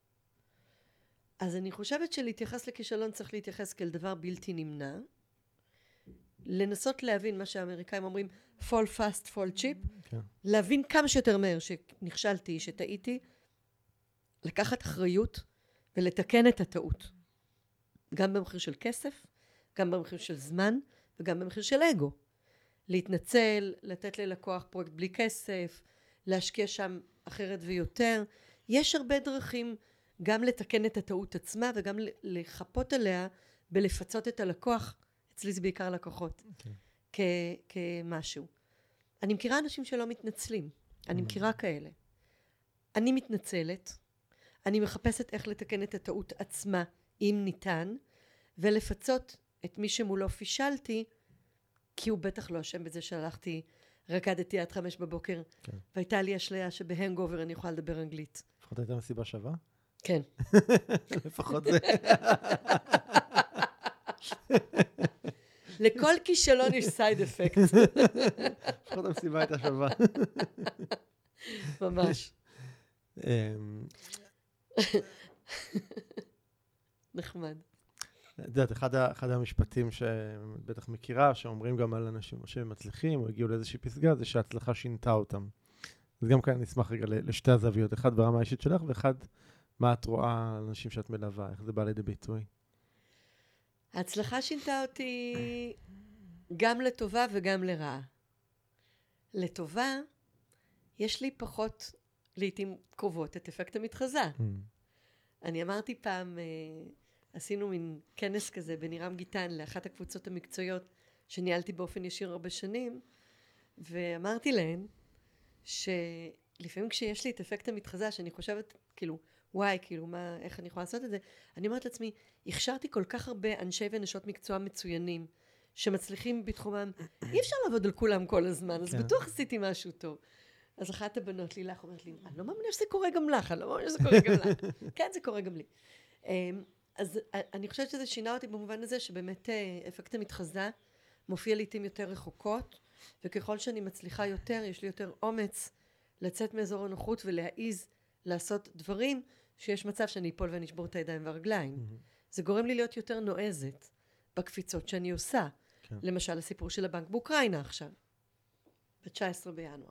אז אני חושבת שלהתייחס לכישלון צריך להתייחס כאל דבר בלתי נמנע, לנסות להבין מה שהאמריקאים אומרים, fall fast, fall cheap, כן. להבין כמה שיותר מהר שנכשלתי, שטעיתי, לקחת אחריות ולתקן את הטעות. גם במחיר של כסף, גם במחיר של זמן, וגם במחיר של אגו. להתנצל, לתת ללקוח פרויקט בלי כסף, להשקיע שם אחרת ויותר. יש הרבה דרכים גם לתקן את הטעות עצמה, וגם לחפות עליה בלפצות את הלקוח, אצלי זה בעיקר לקוחות, כמשהו. אני מכירה אנשים שלא מתנצלים, אני מכירה כאלה. אני מתנצלת, אני מחפשת איך לתקן את הטעות עצמה, אם ניתן, ולפצות את מי שמולו פישלתי, כי הוא בטח לא אשם בזה שהלכתי, רקדתי עד 5 בבוקר, כן. והייתה לי אשליה שבהנגובר אני יכולה לדבר אנגלית. לפחות הייתה מסיבה שווה? כן. לפחות זה. לכל כישלון יש סייד אפקט. לפחות המסיבה הייתה שווה. ממש. נחמד. את יודעת, אחד המשפטים שבטח מכירה, שאומרים גם על אנשים שמצליחים, או הגיעו לאיזושהי פסגה, זה שההצלחה שינתה אותם. אז גם כאן נשמח רגע לשתי הזוויות, אחד ברמה האישית שלך, ואחד מה את רואה על אנשים שאת מלווה, איך זה בא לידי ביטוי. ההצלחה שינתה אותי גם לטובה וגם לרעה. לטובה, יש לי פחות לעתים קרובות את אפקט המתחזה. אני אמרתי פעם, עשינו מין כנס כזה בנירם גיטן לאחת הקבוצות המקצועיות שניהלתי באופן ישיר הרבה שנים, ואמרתי להן שלפעמים כשיש לי את אפקט המתחזה, שאני חושבת כאילו, וואי, כאילו, איך אני יכולה לעשות את זה? אני אומרת לעצמי, הכשרתי כל כך הרבה אנשי ונשות מקצוע מצוינים, שמצליחים בתחומם, אי אפשר לעבוד על כולם כל הזמן, אז בטוח עשיתי משהו טוב. אז אחת הבנות לי לך אומרת לי, אני לא מאמינה שזה קורה גם לך, אני לא מאמינה שזה קורה גם לך. כן, זה קורה גם לי. אז אני חושבת שזה שינה אותי במובן הזה, שבאמת אפקט המתחזה מופיע לעתים יותר רחוקות, וככל שאני מצליחה יותר, יש לי יותר אומץ לצאת מאזור הנוחות ולהעיז לעשות דברים שיש מצב שאני אפול ואני אשבור את הידיים והרגליים. זה גורם לי להיות יותר נועזת בקפיצות שאני עושה. כן. למשל, הסיפור של הבנק באוקראינה עכשיו, ב-19 בינואר.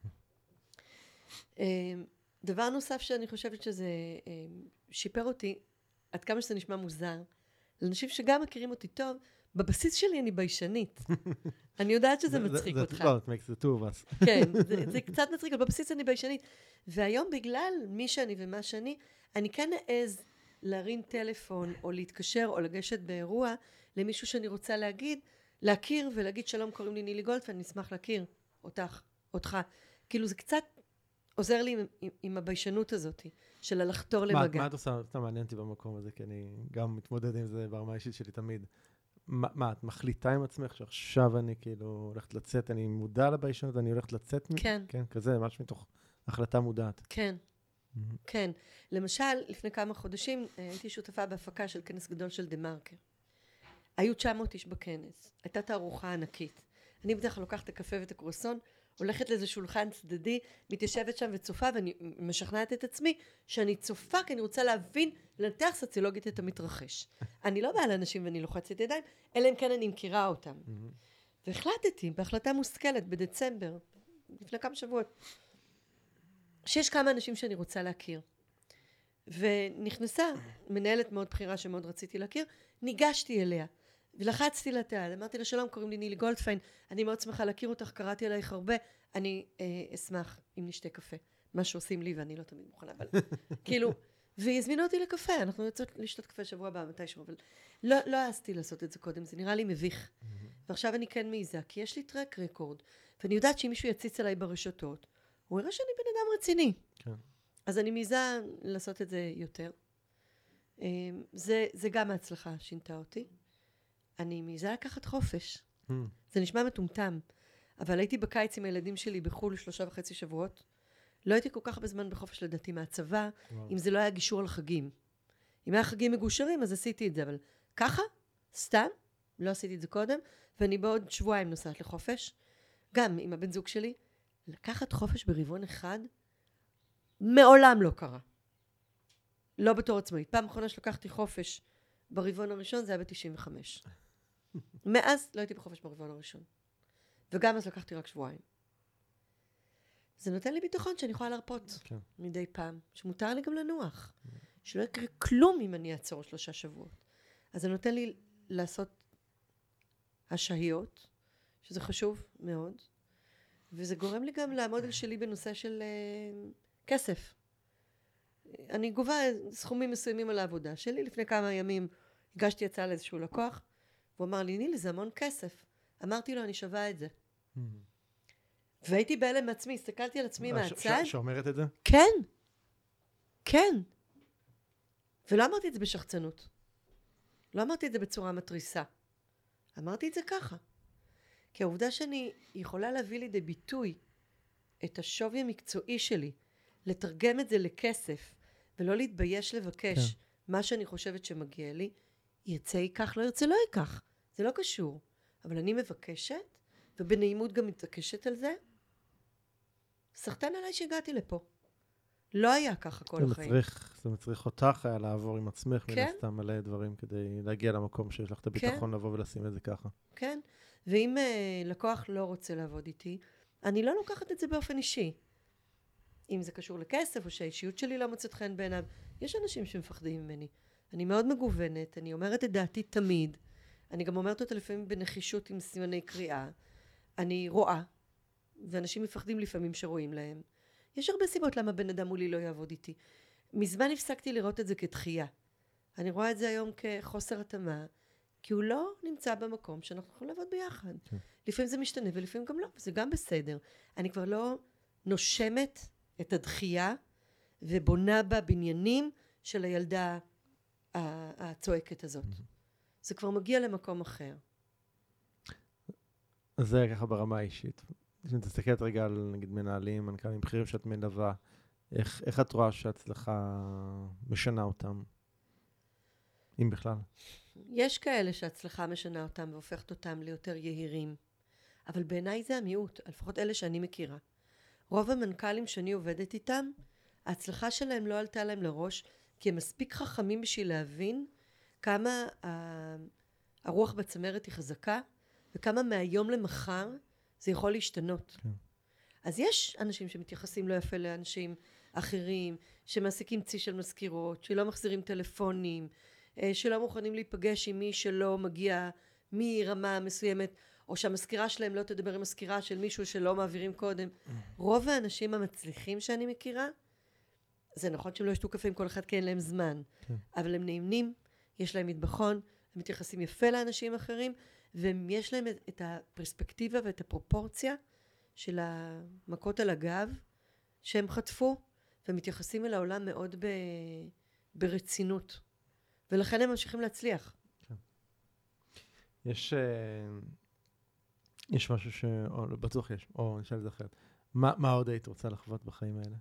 דבר נוסף שאני חושבת שזה שיפר אותי, עד כמה שזה נשמע מוזר, לאנשים שגם מכירים אותי טוב, בבסיס שלי אני ביישנית. אני יודעת שזה מצחיק אותך. זה makes the two of us. כן, זה קצת מצחיק, אבל בבסיס אני ביישנית. והיום בגלל מי שאני ומה שאני, אני כן אעז להרים טלפון, או להתקשר, או לגשת באירוע, למישהו שאני רוצה להכיר ולהגיד, שלום, קוראים לי נילי גולדפן, אני אשמח להכיר אותך. כאילו זה קצת עוזר לי עם הביישנות הזאת, של לחתור למגע. מה את עושה? אתה מעניין אותי במקום הזה, כי אני גם מתמודד עם זה ברמה האישית שלי תמיד. מה, את מחליטה עם עצמך שעכשיו אני כאילו הולכת לצאת, אני מודע לביישנות, אני הולכת לצאת? כן. כן, כזה, ממש מתוך החלטה מודעת. כן, כן. למשל, לפני כמה חודשים הייתי שותפה בהפקה של כנס גדול של דה מרקר. היו 900 איש בכנס, הייתה תערוכה ענקית. אני בדרך כלל לוקחת את הקפה ואת הקרואסון, הולכת לאיזה שולחן צדדי, מתיישבת שם וצופה, ואני משכנעת את עצמי שאני צופה, כי אני רוצה להבין ולנתח סוציולוגית את המתרחש. אני לא באה לאנשים ואני לוחצת ידיים, אלא אם כן אני מכירה אותם. והחלטתי, בהחלטה מושכלת, בדצמבר, לפני כמה שבועות, שיש כמה אנשים שאני רוצה להכיר. ונכנסה מנהלת מאוד בחירה שמאוד רציתי להכיר, ניגשתי אליה. ולחצתי לתעל, אמרתי לה, שלום, קוראים לי נילי גולדפיין, אני מאוד שמחה להכיר אותך, קראתי עלייך הרבה, אני אשמח אם נשתה קפה. מה שעושים לי ואני לא תמיד מוכנה, אבל כאילו, והיא הזמינה אותי לקפה, אנחנו יוצאות לשתות קפה שבוע הבא מתישהו, אבל לא העזתי לעשות את זה קודם, זה נראה לי מביך. ועכשיו אני כן מעיזה, כי יש לי טרק רקורד, ואני יודעת שאם מישהו יציץ עליי ברשתות, הוא יראה שאני בן אדם רציני. כן. אז אני מעיזה לעשות את זה יותר. זה גם ההצלחה שינתה אותי. אני מעיזה לקחת חופש. זה נשמע מטומטם, אבל הייתי בקיץ עם הילדים שלי בחול 3.5 שבועות. לא הייתי כל כך בזמן בחופש לדעתי מהצבא, אם זה לא היה גישור על חגים. אם היה חגים מגושרים, אז עשיתי את זה, אבל ככה, סתם, לא עשיתי את זה קודם, ואני בעוד שבועיים נוסעת לחופש, גם עם הבן זוג שלי, לקחת חופש ברבעון אחד, מעולם לא קרה. לא בתור עצמאית. פעם אחרונה שלקחתי חופש ברבעון הראשון, זה היה ב-95. מאז לא הייתי בחופש ברבעון הראשון. וגם אז לקחתי רק שבועיים. זה נותן לי ביטחון שאני יכולה להרפות מדי פעם, שמותר לי גם לנוח. שלא יקרה כלום אם אני אעצור 3 שבועות. אז זה נותן לי לעשות השהיות, שזה חשוב מאוד, וזה גורם לי גם לעמוד על שלי בנושא של כסף. אני גובה סכומים מסוימים על העבודה שלי. לפני כמה ימים הגשתי הצעה לאיזשהו לקוח, והוא אמר לי, נילי, זה המון כסף. אמרתי לו, אני שווה את זה. והייתי בהלם מעצמי, הסתכלתי על עצמי מהצד. שאומרת את זה? כן. כן. ולא אמרתי את זה בשחצנות. לא אמרתי את זה בצורה מטריסה. אמרתי את זה ככה. כי העובדה שאני יכולה להביא לידי ביטוי את השווי המקצועי שלי, לתרגם את זה לכסף, ולא להתבייש לבקש מה שאני חושבת שמגיע לי, ירצה ייקח, לא ירצה לא ייקח. זה לא קשור. אבל אני מבקשת, ובנעימות גם מתעקשת על זה. סחטן עליי שהגעתי לפה. לא היה ככה כל החיים. זה מצריך אותך היה לעבור עם עצמך, מן הסתם מלא דברים כדי להגיע למקום שיש לך את הביטחון לבוא ולשים את זה ככה. כן, ואם לקוח לא רוצה לעבוד איתי, אני לא לוקחת את זה באופן אישי. אם זה קשור לכסף, או שהאישיות שלי לא מוצאת חן בעיניו, יש אנשים שמפחדים ממני. אני מאוד מגוונת, אני אומרת את דעתי תמיד, אני גם אומרת אותה לפעמים בנחישות עם סימני קריאה, אני רואה, ואנשים מפחדים לפעמים שרואים להם. יש הרבה סיבות למה בן אדם מולי לא יעבוד איתי. מזמן הפסקתי לראות את זה כדחייה. אני רואה את זה היום כחוסר התאמה, כי הוא לא נמצא במקום שאנחנו יכולים לעבוד ביחד. כן. לפעמים זה משתנה ולפעמים גם לא, זה גם בסדר. אני כבר לא נושמת את הדחייה ובונה בה בניינים של הילדה הצועקת הזאת. זה כבר מגיע למקום אחר. אז זה ככה ברמה האישית. אם תסתכלת רגע על נגיד מנהלים, מנכ"לים בכירים שאת מלווה, איך את רואה שההצלחה משנה אותם? אם בכלל. יש כאלה שההצלחה משנה אותם והופכת אותם ליותר יהירים. אבל בעיניי זה המיעוט, לפחות אלה שאני מכירה. רוב המנכ"לים שאני עובדת איתם, ההצלחה שלהם לא עלתה להם לראש, כי הם מספיק חכמים בשביל להבין כמה הרוח בצמרת היא חזקה, וכמה מהיום למחר זה יכול להשתנות. כן. אז יש אנשים שמתייחסים לא יפה לאנשים אחרים, שמעסיקים צי של מזכירות, שלא מחזירים טלפונים, שלא מוכנים להיפגש עם מי שלא מגיע מרמה מסוימת, או שהמזכירה שלהם לא תדבר עם מזכירה של מישהו שלא מעבירים קודם. רוב האנשים המצליחים שאני מכירה, זה נכון שהם לא ישתו קפה עם כל אחד כי אין להם זמן, אבל הם נעימים, יש להם מטבחון, הם מתייחסים יפה לאנשים אחרים, ויש להם את הפרספקטיבה ואת הפרופורציה של המכות על הגב שהם חטפו, ומתייחסים אל העולם מאוד ברצינות. ולכן הם ממשיכים להצליח. כן. יש משהו או בטוח יש, או נשאל את זה אחרת. מה עוד היית רוצה לחוות בחיים האלה?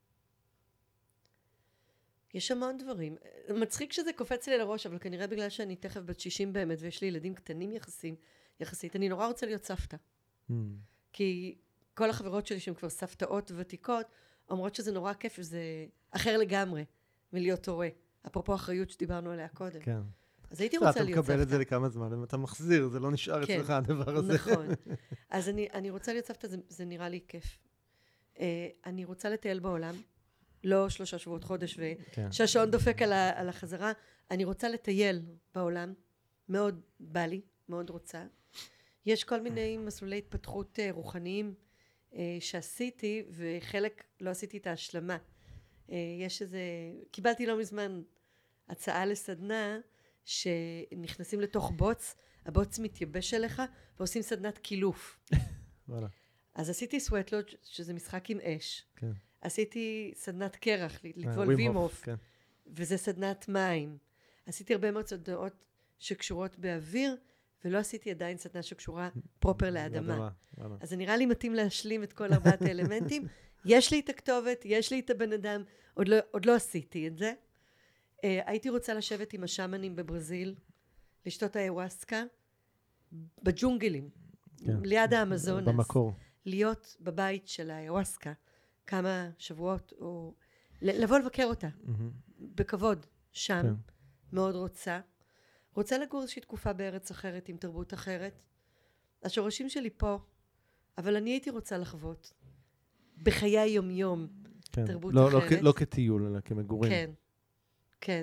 יש המון דברים. מצחיק שזה קופץ לי לראש, אבל כנראה בגלל שאני תכף בת 60 באמת, ויש לי ילדים קטנים יחסית, אני נורא רוצה להיות סבתא. כי כל החברות שלי שהן כבר סבתאות ותיקות, אומרות שזה נורא כיף, וזה אחר לגמרי מלהיות הורה. אפרופו אחריות שדיברנו עליה קודם. כן. אז הייתי רוצה להיות סבתא. אתה מקבל את זה לכמה זמן, אם אתה מחזיר, זה לא נשאר אצלך הדבר הזה. נכון. אז אני רוצה להיות סבתא, זה נראה לי כיף. אני רוצה לטייל בעולם, לא 3 שבועות חודש, ושהשעון דופק על החזרה. אני רוצה לטייל בעולם, מאוד בא לי, מאוד רוצה. יש כל מיני מסלולי התפתחות רוחניים שעשיתי, וחלק לא עשיתי את ההשלמה. קיבלתי לא מזמן הצעה לסדנה, שנכנסים לתוך בוץ, הבוץ מתייבש אליך, ועושים סדנת קילוף. וואלה. אז עשיתי סווטלוד, שזה משחק עם אש. כן. עשיתי סדנת קרח, לטבול ווים וימוף, כן. וזה סדנת מים. עשיתי הרבה מאוד סדנאות שקשורות באוויר, ולא עשיתי עדיין סדנה שקשורה פרופר לאדמה. אז זה נראה לי מתאים להשלים את כל 4 האלמנטים. יש לי את הכתובת, יש לי את הבן אדם, עוד לא עשיתי את זה. הייתי רוצה לשבת עם השמנים בברזיל, לשתות האיוואסקה, בג'ונגלים, כן. ליד האמזונס. במקור. להיות בבית של האיוואסקה כמה שבועות, או לבוא לבקר אותה, בכבוד, שם. כן. מאוד רוצה לגור איזושהי תקופה בארץ אחרת, עם תרבות אחרת. השורשים שלי פה, אבל אני הייתי רוצה לחוות בחיי היום-יום כן. תרבות לא, אחרת. לא כטיול, אלא כמגורים. כן, כן.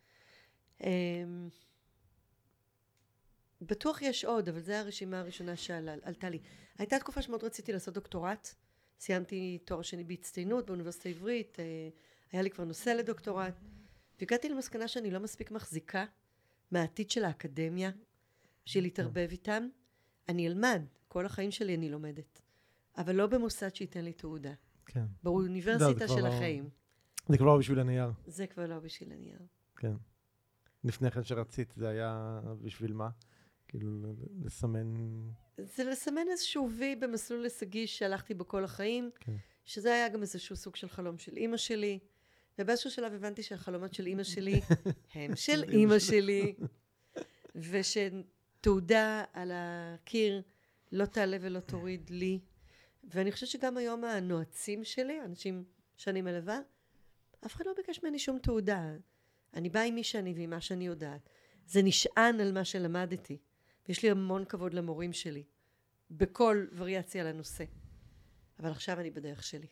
בטוח יש עוד, אבל זו הרשימה הראשונה שעלתה לי. הייתה תקופה שמאוד רציתי לעשות דוקטורט. סיימתי תואר שני בהצטיינות באוניברסיטה העברית, היה לי כבר נושא לדוקטורט. והגעתי למסקנה שאני לא מספיק מחזיקה מהעתיד של האקדמיה, בשביל להתערבב איתם. אני אלמד, כל החיים שלי אני לומדת. אבל לא במוסד שייתן לי תעודה. כן. באוניברסיטה של החיים. זה כבר לא בשביל הנייר. זה כבר לא בשביל הנייר. כן. לפני כן שרצית, זה היה בשביל מה? כאילו, לסמן... זה לסמן איזשהו וי במסלול הישגי שהלכתי בו כל החיים, כן. שזה היה גם איזשהו סוג של חלום של אמא שלי, ובאיזשהו שלב הבנתי שהחלומות של אמא שלי הם של אמא שלי, ושתעודה על הקיר לא תעלה ולא תוריד לי, ואני חושבת שגם היום הנועצים שלי, אנשים שאני מלווה, אף אחד לא ביקש ממני שום תעודה. אני באה עם מי שאני ועם מה שאני יודעת. זה נשען על מה שלמדתי. ויש לי המון כבוד למורים שלי, בכל וריאציה לנושא. אבל עכשיו אני בדרך שלי.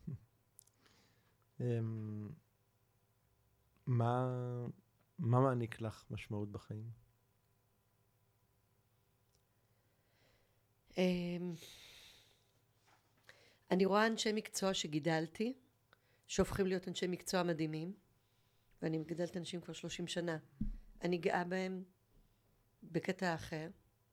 מה מעניק לך משמעות בחיים? אני רואה אנשי מקצוע שגידלתי, שהופכים להיות אנשי מקצוע מדהימים, ואני מגדלת אנשים כבר 30 שנה. אני גאה בהם בקטע אחר.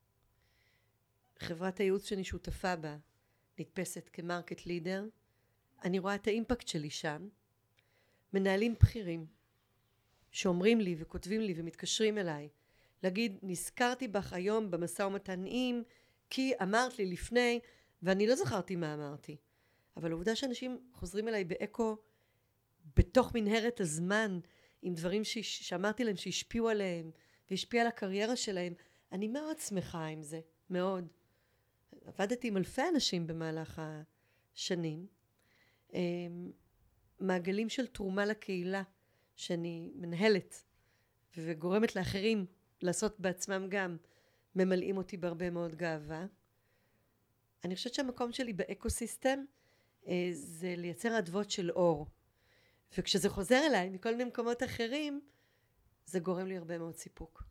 חברת הייעוץ שאני שותפה בה נתפסת כמרקט לידר. אני רואה את האימפקט שלי שם. מנהלים בכירים שאומרים לי וכותבים לי ומתקשרים אליי, להגיד, נזכרתי בך היום במשא ומתן עם, כי אמרת לי לפני, ואני לא זכרתי מה אמרתי. אבל העובדה שאנשים חוזרים אליי באקו, בתוך מנהרת הזמן, עם דברים שאמרתי להם שהשפיעו עליהם, והשפיע על הקריירה שלהם, אני מאוד שמחה עם זה, מאוד. עבדתי עם אלפי אנשים במהלך השנים. מעגלים של תרומה לקהילה, שאני מנהלת, וגורמת לאחרים לעשות בעצמם גם, ממלאים אותי בהרבה מאוד גאווה. אני חושבת שהמקום שלי באקוסיסטם, זה לייצר אדוות של אור. וכשזה חוזר אליי מכל מיני מקומות אחרים, זה גורם לי הרבה מאוד סיפוק.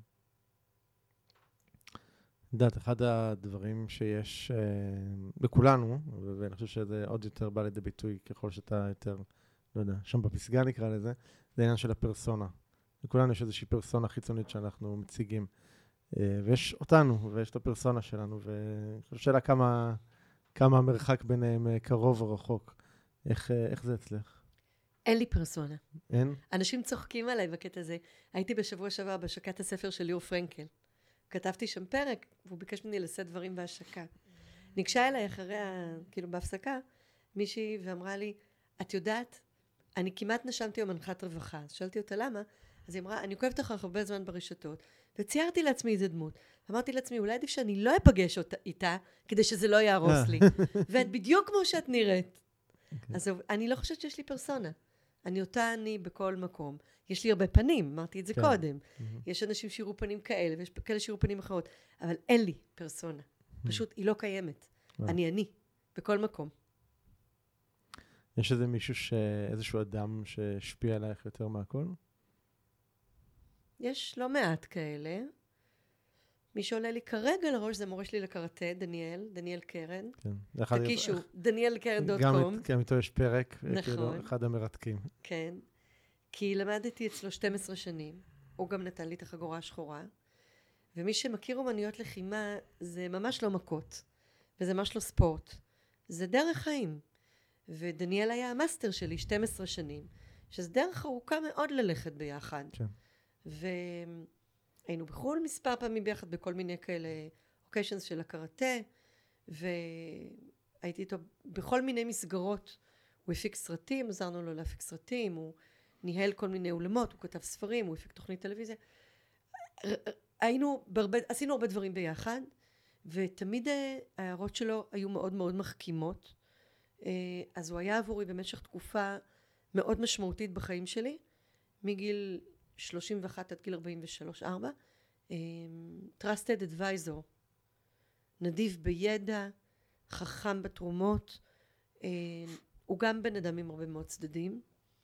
יודעת, אחד הדברים שיש לכולנו, ואני חושב שזה עוד יותר בא לידי ביטוי ככל שאתה יותר, לא יודע, שם בפסגה נקרא לזה, זה העניין של הפרסונה. לכולנו יש איזושהי פרסונה חיצונית שאנחנו מציגים. ויש אותנו, ויש את הפרסונה שלנו, ואני חושב שאלה כמה המרחק ביניהם קרוב או רחוק. איך זה אצלך? אין לי פרסונה. אין? אנשים צוחקים עליי בקטע הזה. הייתי בשבוע שעבר בהשקת הספר של ליאור פרנקל. כתבתי שם פרק, והוא ביקש ממני לשאת דברים בהשקה. ניגשה אליי אחרי, כאילו בהפסקה, מישהי ואמרה לי, את יודעת, אני כמעט נשמתי עם מנחת רווחה. אז שאלתי אותה למה, אז היא אמרה, אני עוקבת אחריך הרבה זמן ברשתות, וציירתי לעצמי איזה דמות. אמרתי לעצמי, אולי עדיף שאני לא אפגש איתה, כדי שזה לא יהרוס לי. ואת בדיוק כמו שאת נראית. אז אני לא חושבת שיש לי פרסונה. אני אותה אני בכל מקום. יש לי הרבה פנים, אמרתי את זה קודם. יש אנשים שיראו פנים כאלה, ויש כאלה שיראו פנים אחרות. אבל אין לי פרסונה. פשוט היא לא קיימת. אני, בכל מקום. יש איזשהו אדם שהשפיע עלייך יותר מהכל? יש לא מעט כאלה. מי שעולה לי כרגע לראש זה מורה שלי לקראטה, דניאל קרן. כן. תקישו, danielkeren.com. גם איתו יש פרק, נכון. כאילו, אחד המרתקים. כן. כי למדתי אצלו 12 שנים, הוא גם נתן לי את החגורה השחורה, ומי שמכיר אומנויות לחימה, זה ממש לא מכות, וזה ממש לא ספורט, זה דרך חיים. ודניאל היה המאסטר שלי 12 שנים, שזה דרך ארוכה מאוד ללכת ביחד. כן. והיינו בחול מספר פעמים ביחד בכל מיני כאלה אוקיישנס של הקראטה, והייתי איתו בכל מיני מסגרות. הוא הפיק סרטים, עזרנו לו להפיק סרטים, הוא ניהל כל מיני אולמות, הוא כתב ספרים, הוא הפיק תוכנית טלוויזיה. עשינו הרבה דברים ביחד, ותמיד ההערות שלו היו מאוד מאוד מחכימות. אז הוא היה עבורי במשך תקופה מאוד משמעותית בחיים שלי, מגיל 31 עד גיל 43-4. Trusted Advisor, נדיב בידע, חכם בתרומות, הוא גם בן אדם עם הרבה מאוד צדדים.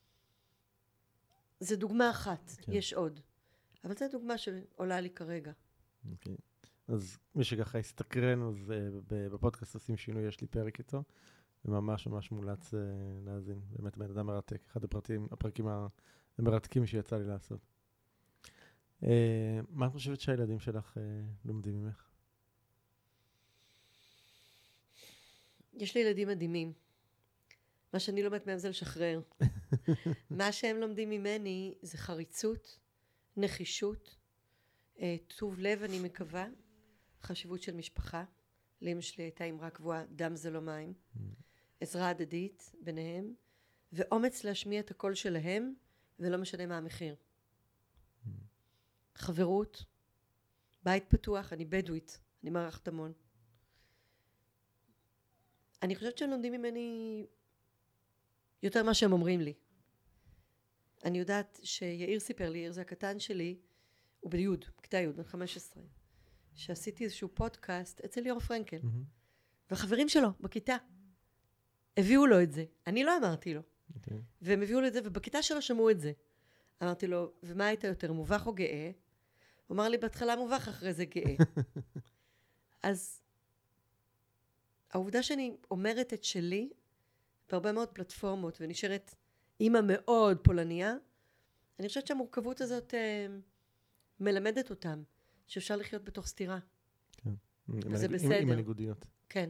זה דוגמה אחת, כן. יש עוד. אבל זו דוגמה שעולה לי כרגע. אוקיי. אז מי שככה הסתקרן, אז בפודקאסט עושים שינוי, יש לי פרק איתו, וממש ממש מולץ להאזין. באמת בן אדם מרתק, אחד הפרקים המרתקים שיצא לי לעשות. מה את חושבת שהילדים שלך לומדים ממך? יש לי ילדים מדהימים. מה שאני לומדת מהם זה לשחרר. מה שהם לומדים ממני זה חריצות, נחישות, טוב לב אני מקווה, חשיבות של משפחה. לאמא שלי הייתה אמרה קבועה, דם זה לא מים. עזרה הדדית ביניהם, ואומץ להשמיע את הקול שלהם, ולא משנה מה המחיר. חברות, בית פתוח, אני בדואית, אני מערכת המון. אני חושבת שהם לומדים ממני יותר מה שהם אומרים לי. אני יודעת שיאיר סיפר לי, יאיר זה הקטן שלי, הוא ביוד, בכיתה י', בן 15, שעשיתי איזשהו פודקאסט אצל ליאור פרנקל, והחברים שלו בכיתה הביאו לו את זה. אני לא אמרתי לו. והם הביאו לו את זה, ובכיתה שלו שמעו את זה. אמרתי לו, ומה היית יותר, מובך או גאה? הוא אמר לי, בהתחלה מובך, אחרי זה גאה. אז העובדה שאני אומרת את שלי, בהרבה מאוד פלטפורמות, ונשארת אימא מאוד פולניה, אני חושבת שהמורכבות הזאת מלמדת אותם, שאפשר לחיות בתוך סתירה. כן. וזה בסדר. עם הניגודיות. כן.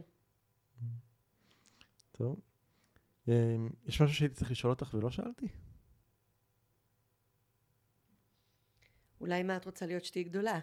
טוב. יש משהו שהייתי צריך לשאול אותך ולא שאלתי? אולי מה את רוצה להיות שתהי גדולה?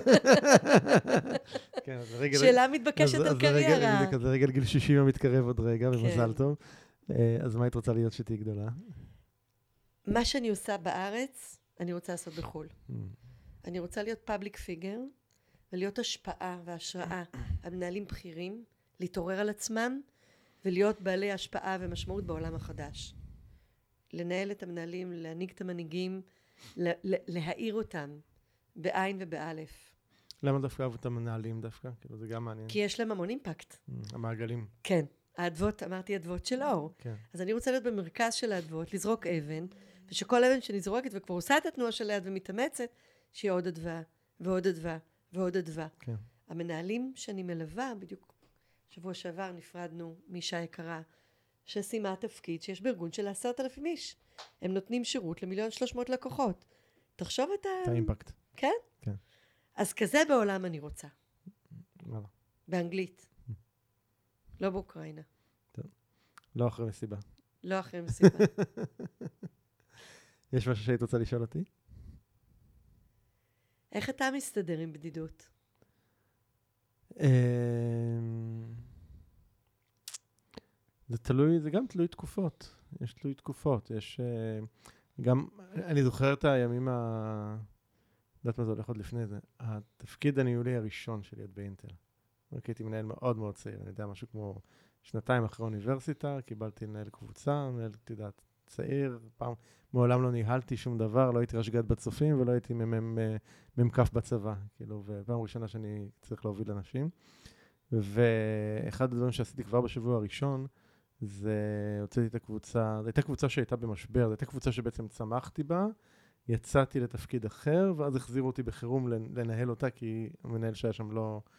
כן, אז רגע... שאלה מתבקשת על קריירה. אז רגע גיל 60 המתקרב עוד רגע, ומזל טוב. אז מה היית רוצה להיות שתהי גדולה? מה שאני עושה בארץ, אני רוצה לעשות בחול. אני רוצה להיות פאבליק פיגר, ולהיות השפעה והשראה על מנהלים בכירים, להתעורר על עצמם, ולהיות בעלי השפעה ומשמעות בעולם החדש. לנהל את המנהלים, להנהיג את המנהיגים, להאיר אותם בעין ובאלף. למה דווקא אהבו את המנהלים דווקא? כאילו זה גם מעניין. כי יש להם המון אימפקט. המעגלים. כן. האדוות, אמרתי אדוות של אור. כן. אז אני רוצה להיות במרכז של האדוות, לזרוק אבן, ושכל אבן שאני זורקת וכבר עושה את התנועה של היד ומתאמצת, שיהיה עוד אדווה, ועוד אדווה, ועוד אדווה. כן. המנהלים שאני מלווה, בדיוק שבוע שעבר נפרדנו מאישה יקרה, שסיימה תפקיד שיש בארגון של 10,000 איש. הם נותנים שירות ל1,300,000 לקוחות. תחשוב את האימפקט. כן? כן. אז כזה בעולם אני רוצה. וואלה. באנגלית. לא באוקראינה. טוב. לא אחרי מסיבה. לא אחרי מסיבה. יש משהו שהיית רוצה לשאול אותי? איך אתה מסתדר עם בדידות? זה גם תלוי תקופות. יש תלוי תקופות. יש גם, אני זוכר את הימים יודעת מה זה הולך עוד לפני זה. התפקיד הניהולי הראשון שלי עד באינטל. הייתי מנהל מאוד מאוד צעיר. אני יודע, משהו כמו 2 אחרי האוניברסיטה, קיבלתי לנהל קבוצה, מנהלתי דעת צעיר, מעולם לא ניהלתי שום דבר, לא הייתי רשג"ד בצופים ולא הייתי ממקף בצבא, כאילו, ופעם ראשונה שאני צריך להוביל אנשים. ואחד הדברים שעשיתי כבר בשבוע הראשון, זה הוצאתי את הקבוצה, זו הייתה קבוצה שהייתה במשבר, זו הייתה קבוצה שבעצם צמחתי בה, יצאתי לתפקיד אחר, ואז החזירו אותי בחירום לנהל אותה, כי המנהל שהיה שם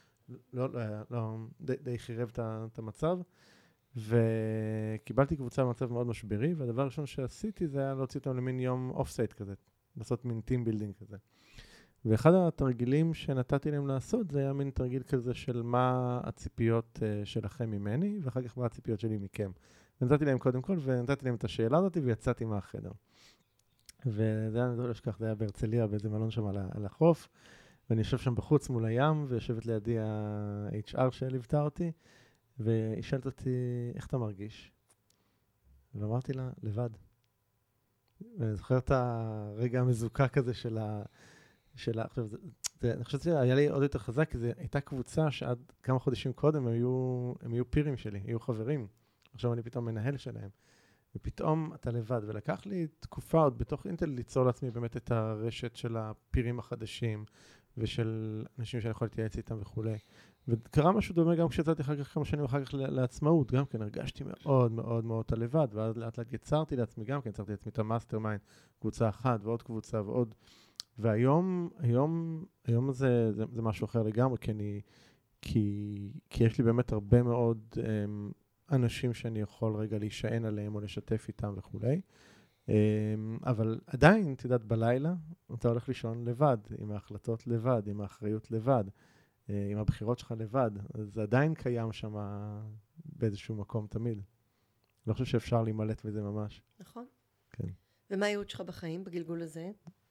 די חירב את המצב, וקיבלתי קבוצה במצב מאוד משברי, והדבר הראשון שעשיתי זה היה להוציא אותם למין יום אוף-סייט כזה, לעשות מין טים בילדינג כזה. ואחד התרגילים שנתתי להם לעשות, זה היה מין תרגיל כזה של מה הציפיות שלכם ממני, ואחר כך מה הציפיות שלי מכם. ונתתי להם קודם כל, ונתתי להם את השאלה הזאת, ויצאתי מהחדר. וזה היה, לא אשכח, זה היה בהרצליה, באיזה מלון שם על החוף, ואני יושב שם בחוץ מול הים, ויושבת לידי ה-HR שליוותה אותי, והיא שאלת אותי, איך אתה מרגיש? ואמרתי לה, לבד. ואני זוכר את הרגע המזוקק הזה עכשיו, אני חושבת שהיה לי עוד יותר חזק, כי זו הייתה קבוצה שעד כמה חודשים קודם הם היו פירים שלי, היו חברים. עכשיו אני פתאום מנהל שלהם. ופתאום אתה לבד, ולקח לי תקופה עוד בתוך אינטל ליצור לעצמי באמת את הרשת של הפירים החדשים, ושל אנשים שאני יכול להתייעץ איתם וכו'. וקרה משהו דומה גם כשיצאתי אחר כך כמה שנים אחר כך לעצמאות, גם כן הרגשתי מאוד מאוד מאוד לבד, ואז לאט לאט יצרתי לעצמי גם כן, יצרתי לעצמי את המאסטר מיינד, קבוצה אחת ועוד קבוצה ועוד, והיום זה משהו אחר לגמרי, כי יש לי באמת הרבה מאוד אנשים שאני יכול רגע להישען עליהם או לשתף איתם וכו'. אבל עדיין, תדעת, בלילה, אתה הולך לישון לבד, עם ההחלטות לבד, עם האחריות לבד, עם הבחירות שלך לבד. אז זה עדיין קיים שם באיזשהו מקום תמיד. לא חושב שאפשר להימלט בזה ממש. נכון. כן. ומה הייעוד שלך בחיים בגלגול הזה?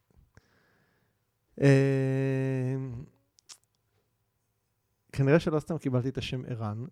כנראה שלא סתם קיבלתי את השם ערן.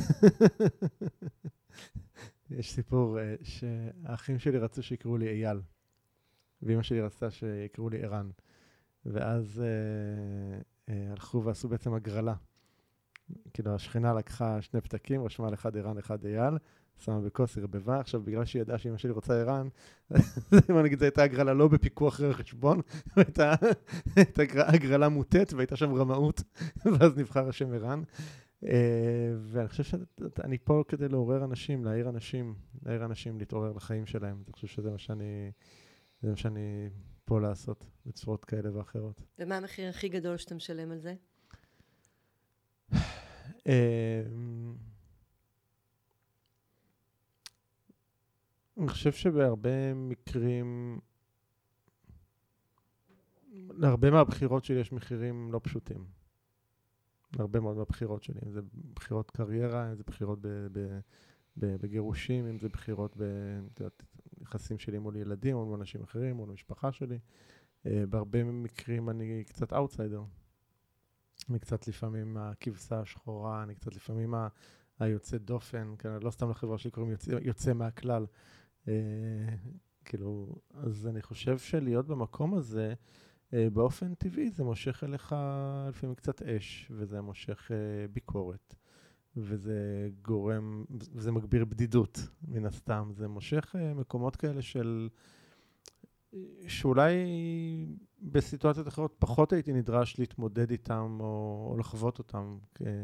יש סיפור שהאחים שלי רצו שיקראו לי אייל, ואמא שלי רצתה שיקראו לי ערן. ואז הלכו ועשו בעצם הגרלה. כאילו השכנה לקחה 2 פתקים, רשמה לאחד ערן, אחד אייל, שמה בכוס, הרבבה. עכשיו, בגלל שהיא ידעה שאמא שלי רוצה ערן, אם אני אגיד, זו הייתה הגרלה לא בפיקוח חשבון, הייתה הגרלה מוטט, והייתה שם רמאות, ואז נבחר השם ערן. ואני חושב שאני פה כדי לעורר אנשים, להעיר אנשים להתעורר לחיים שלהם. אני חושב שזה מה שאני פה לעשות, בצורות כאלה ואחרות. ומה המחיר הכי גדול שאתה משלם על זה? אני חושב שבהרבה מקרים, להרבה מהבחירות שלי יש מחירים לא פשוטים. הרבה מאוד מהבחירות שלי, אם זה בחירות קריירה, אם זה בחירות בגירושים, אם זה בחירות ביחסים שלי מול ילדים, מול אנשים אחרים, מול המשפחה שלי. בהרבה מקרים אני קצת אאוטסיידר. אני קצת לפעמים הכבשה השחורה, אני קצת לפעמים היוצא דופן, לא סתם לחברה שלי קוראים יוצא מהכלל. כאילו, אז אני חושב שלהיות במקום הזה, באופן טבעי זה מושך אליך לפעמים קצת אש, וזה מושך ביקורת, וזה גורם, וזה מגביר בדידות מן הסתם. זה מושך מקומות כאלה שאולי בסיטואציות אחרות פחות הייתי נדרש להתמודד איתם או לחוות אותם.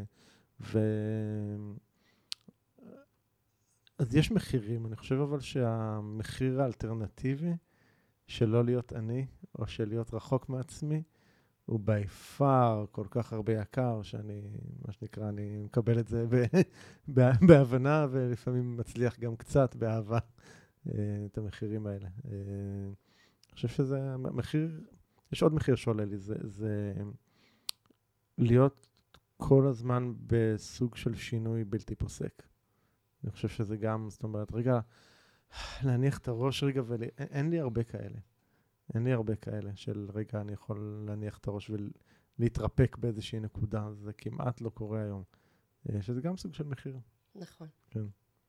אז יש מחירים, אני חושב אבל שהמחיר האלטרנטיבי של לא להיות אני, או של להיות רחוק מעצמי, הוא ביפר כל כך הרבה יקר, שאני, מה שנקרא, אני מקבל את זה בהבנה, ולפעמים מצליח גם קצת באהבה את המחירים האלה. אני חושב שזה מחיר, יש עוד מחיר שעולה לי, זה להיות כל הזמן בסוג של שינוי בלתי פוסק. אני חושב שזה גם, זאת אומרת, רגע, להניח את הראש רגע, אין לי הרבה כאלה. אין לי הרבה כאלה של רגע אני יכול להניח את הראש ולהתרפק באיזושהי נקודה. זה כמעט לא קורה היום. שזה גם סוג של מחיר. נכון. כן.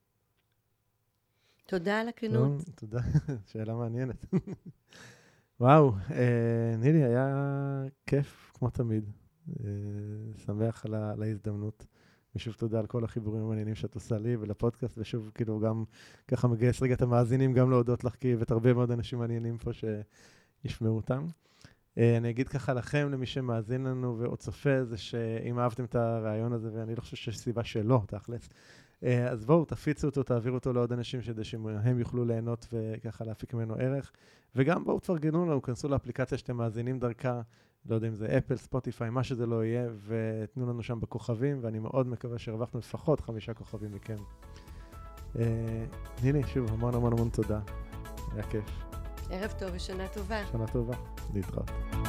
תודה על הכנות. תודה, שאלה מעניינת. וואו, נילי, היה כיף כמו תמיד. שמח על ההזדמנות. ושוב תודה על כל החיבורים המעניינים שאת עושה לי ולפודקאסט, ושוב כאילו גם ככה מגייס רגע את המאזינים גם להודות לך, כי הבאת הרבה מאוד אנשים מעניינים פה שישמעו אותם. אני אגיד ככה לכם, למי שמאזין לנו ועוד צופה, זה שאם אהבתם את הרעיון הזה, ואני לא חושב שיש סיבה שלא, תכלס, אז בואו, תפיצו אותו, תעבירו אותו לעוד אנשים שהם יוכלו ליהנות וככה להפיק ממנו ערך. וגם בואו תפרגנו לנו, כנסו לאפליקציה שאתם מאזינים דרכה, לא יודע אם זה אפל, ספוטיפיי, מה שזה לא יהיה, ותנו לנו שם בכוכבים, ואני מאוד מקווה שהרווחנו לפחות 5 כוכבים מכם. נילי, שוב, המון המון המון תודה. היה כיף. ערב טוב ושנה טובה. שנה טובה. להתראות.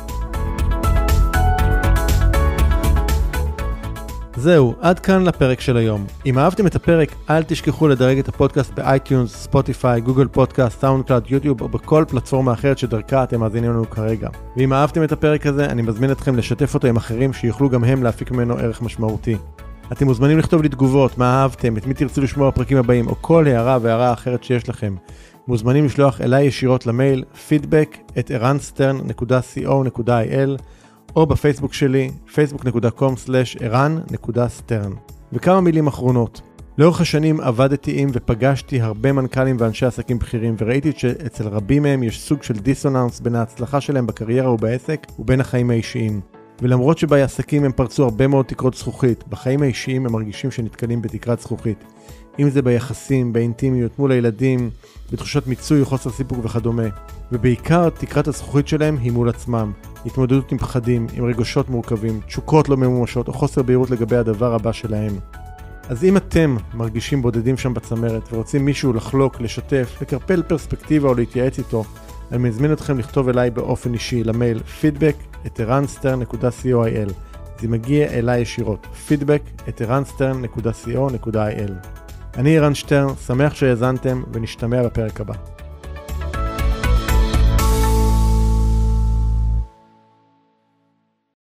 זהו, עד כאן לפרק של היום. אם אהבתם את הפרק, אל תשכחו לדרג את הפודקאסט באייטיונס, ספוטיפיי, גוגל פודקאסט, סאונדקלאוד, יוטיוב או בכל פלטפורמה אחרת שדרכה אתם מאזינים לנו כרגע. ואם אהבתם את הפרק הזה, אני מזמין אתכם לשתף אותו עם אחרים שיוכלו גם הם להפיק ממנו ערך משמעותי. אתם מוזמנים לכתוב לי תגובות, מה אהבתם, את מי תרצו לשמוע בפרקים הבאים, או כל הערה והערה אחרת שיש לכם. מוזמנים לשלוח אליי ישירות למייל feedback@eranstern.co.il או בפייסבוק שלי, facebook.com/eran.stern. וכמה מילים אחרונות. לאורך השנים עבדתי עם ופגשתי הרבה מנכ"לים ואנשי עסקים בכירים, וראיתי שאצל רבים מהם יש סוג של דיסוננס בין ההצלחה שלהם בקריירה ובעסק ובין החיים האישיים. ולמרות שבעסקים הם פרצו הרבה מאוד תקרות זכוכית, בחיים האישיים הם מרגישים שנתקלים בתקרת זכוכית. אם זה ביחסים, באינטימיות, מול הילדים, בתחושות מיצוי או חוסר סיפוק וכדומה. ובעיקר תקרת הזכוכית שלהם היא מול עצמם. התמודדות עם פחדים, עם רגשות מורכבים, תשוקות לא ממומשות או חוסר בהירות לגבי הדבר הבא שלהם. אז אם אתם מרגישים בודדים שם בצמרת ורוצים מישהו לחלוק, לשתף, לקרפל פרספקטיבה או להתייעץ איתו, אני מזמין אתכם לכתוב אליי באופן אישי למייל feedback@eranstern.co.il. זה מגיע אליי ישירות, feedback@eranstern.co.il. אני ערן שטרן, שמח שהאזנתם ונשתמע בפרק הבא.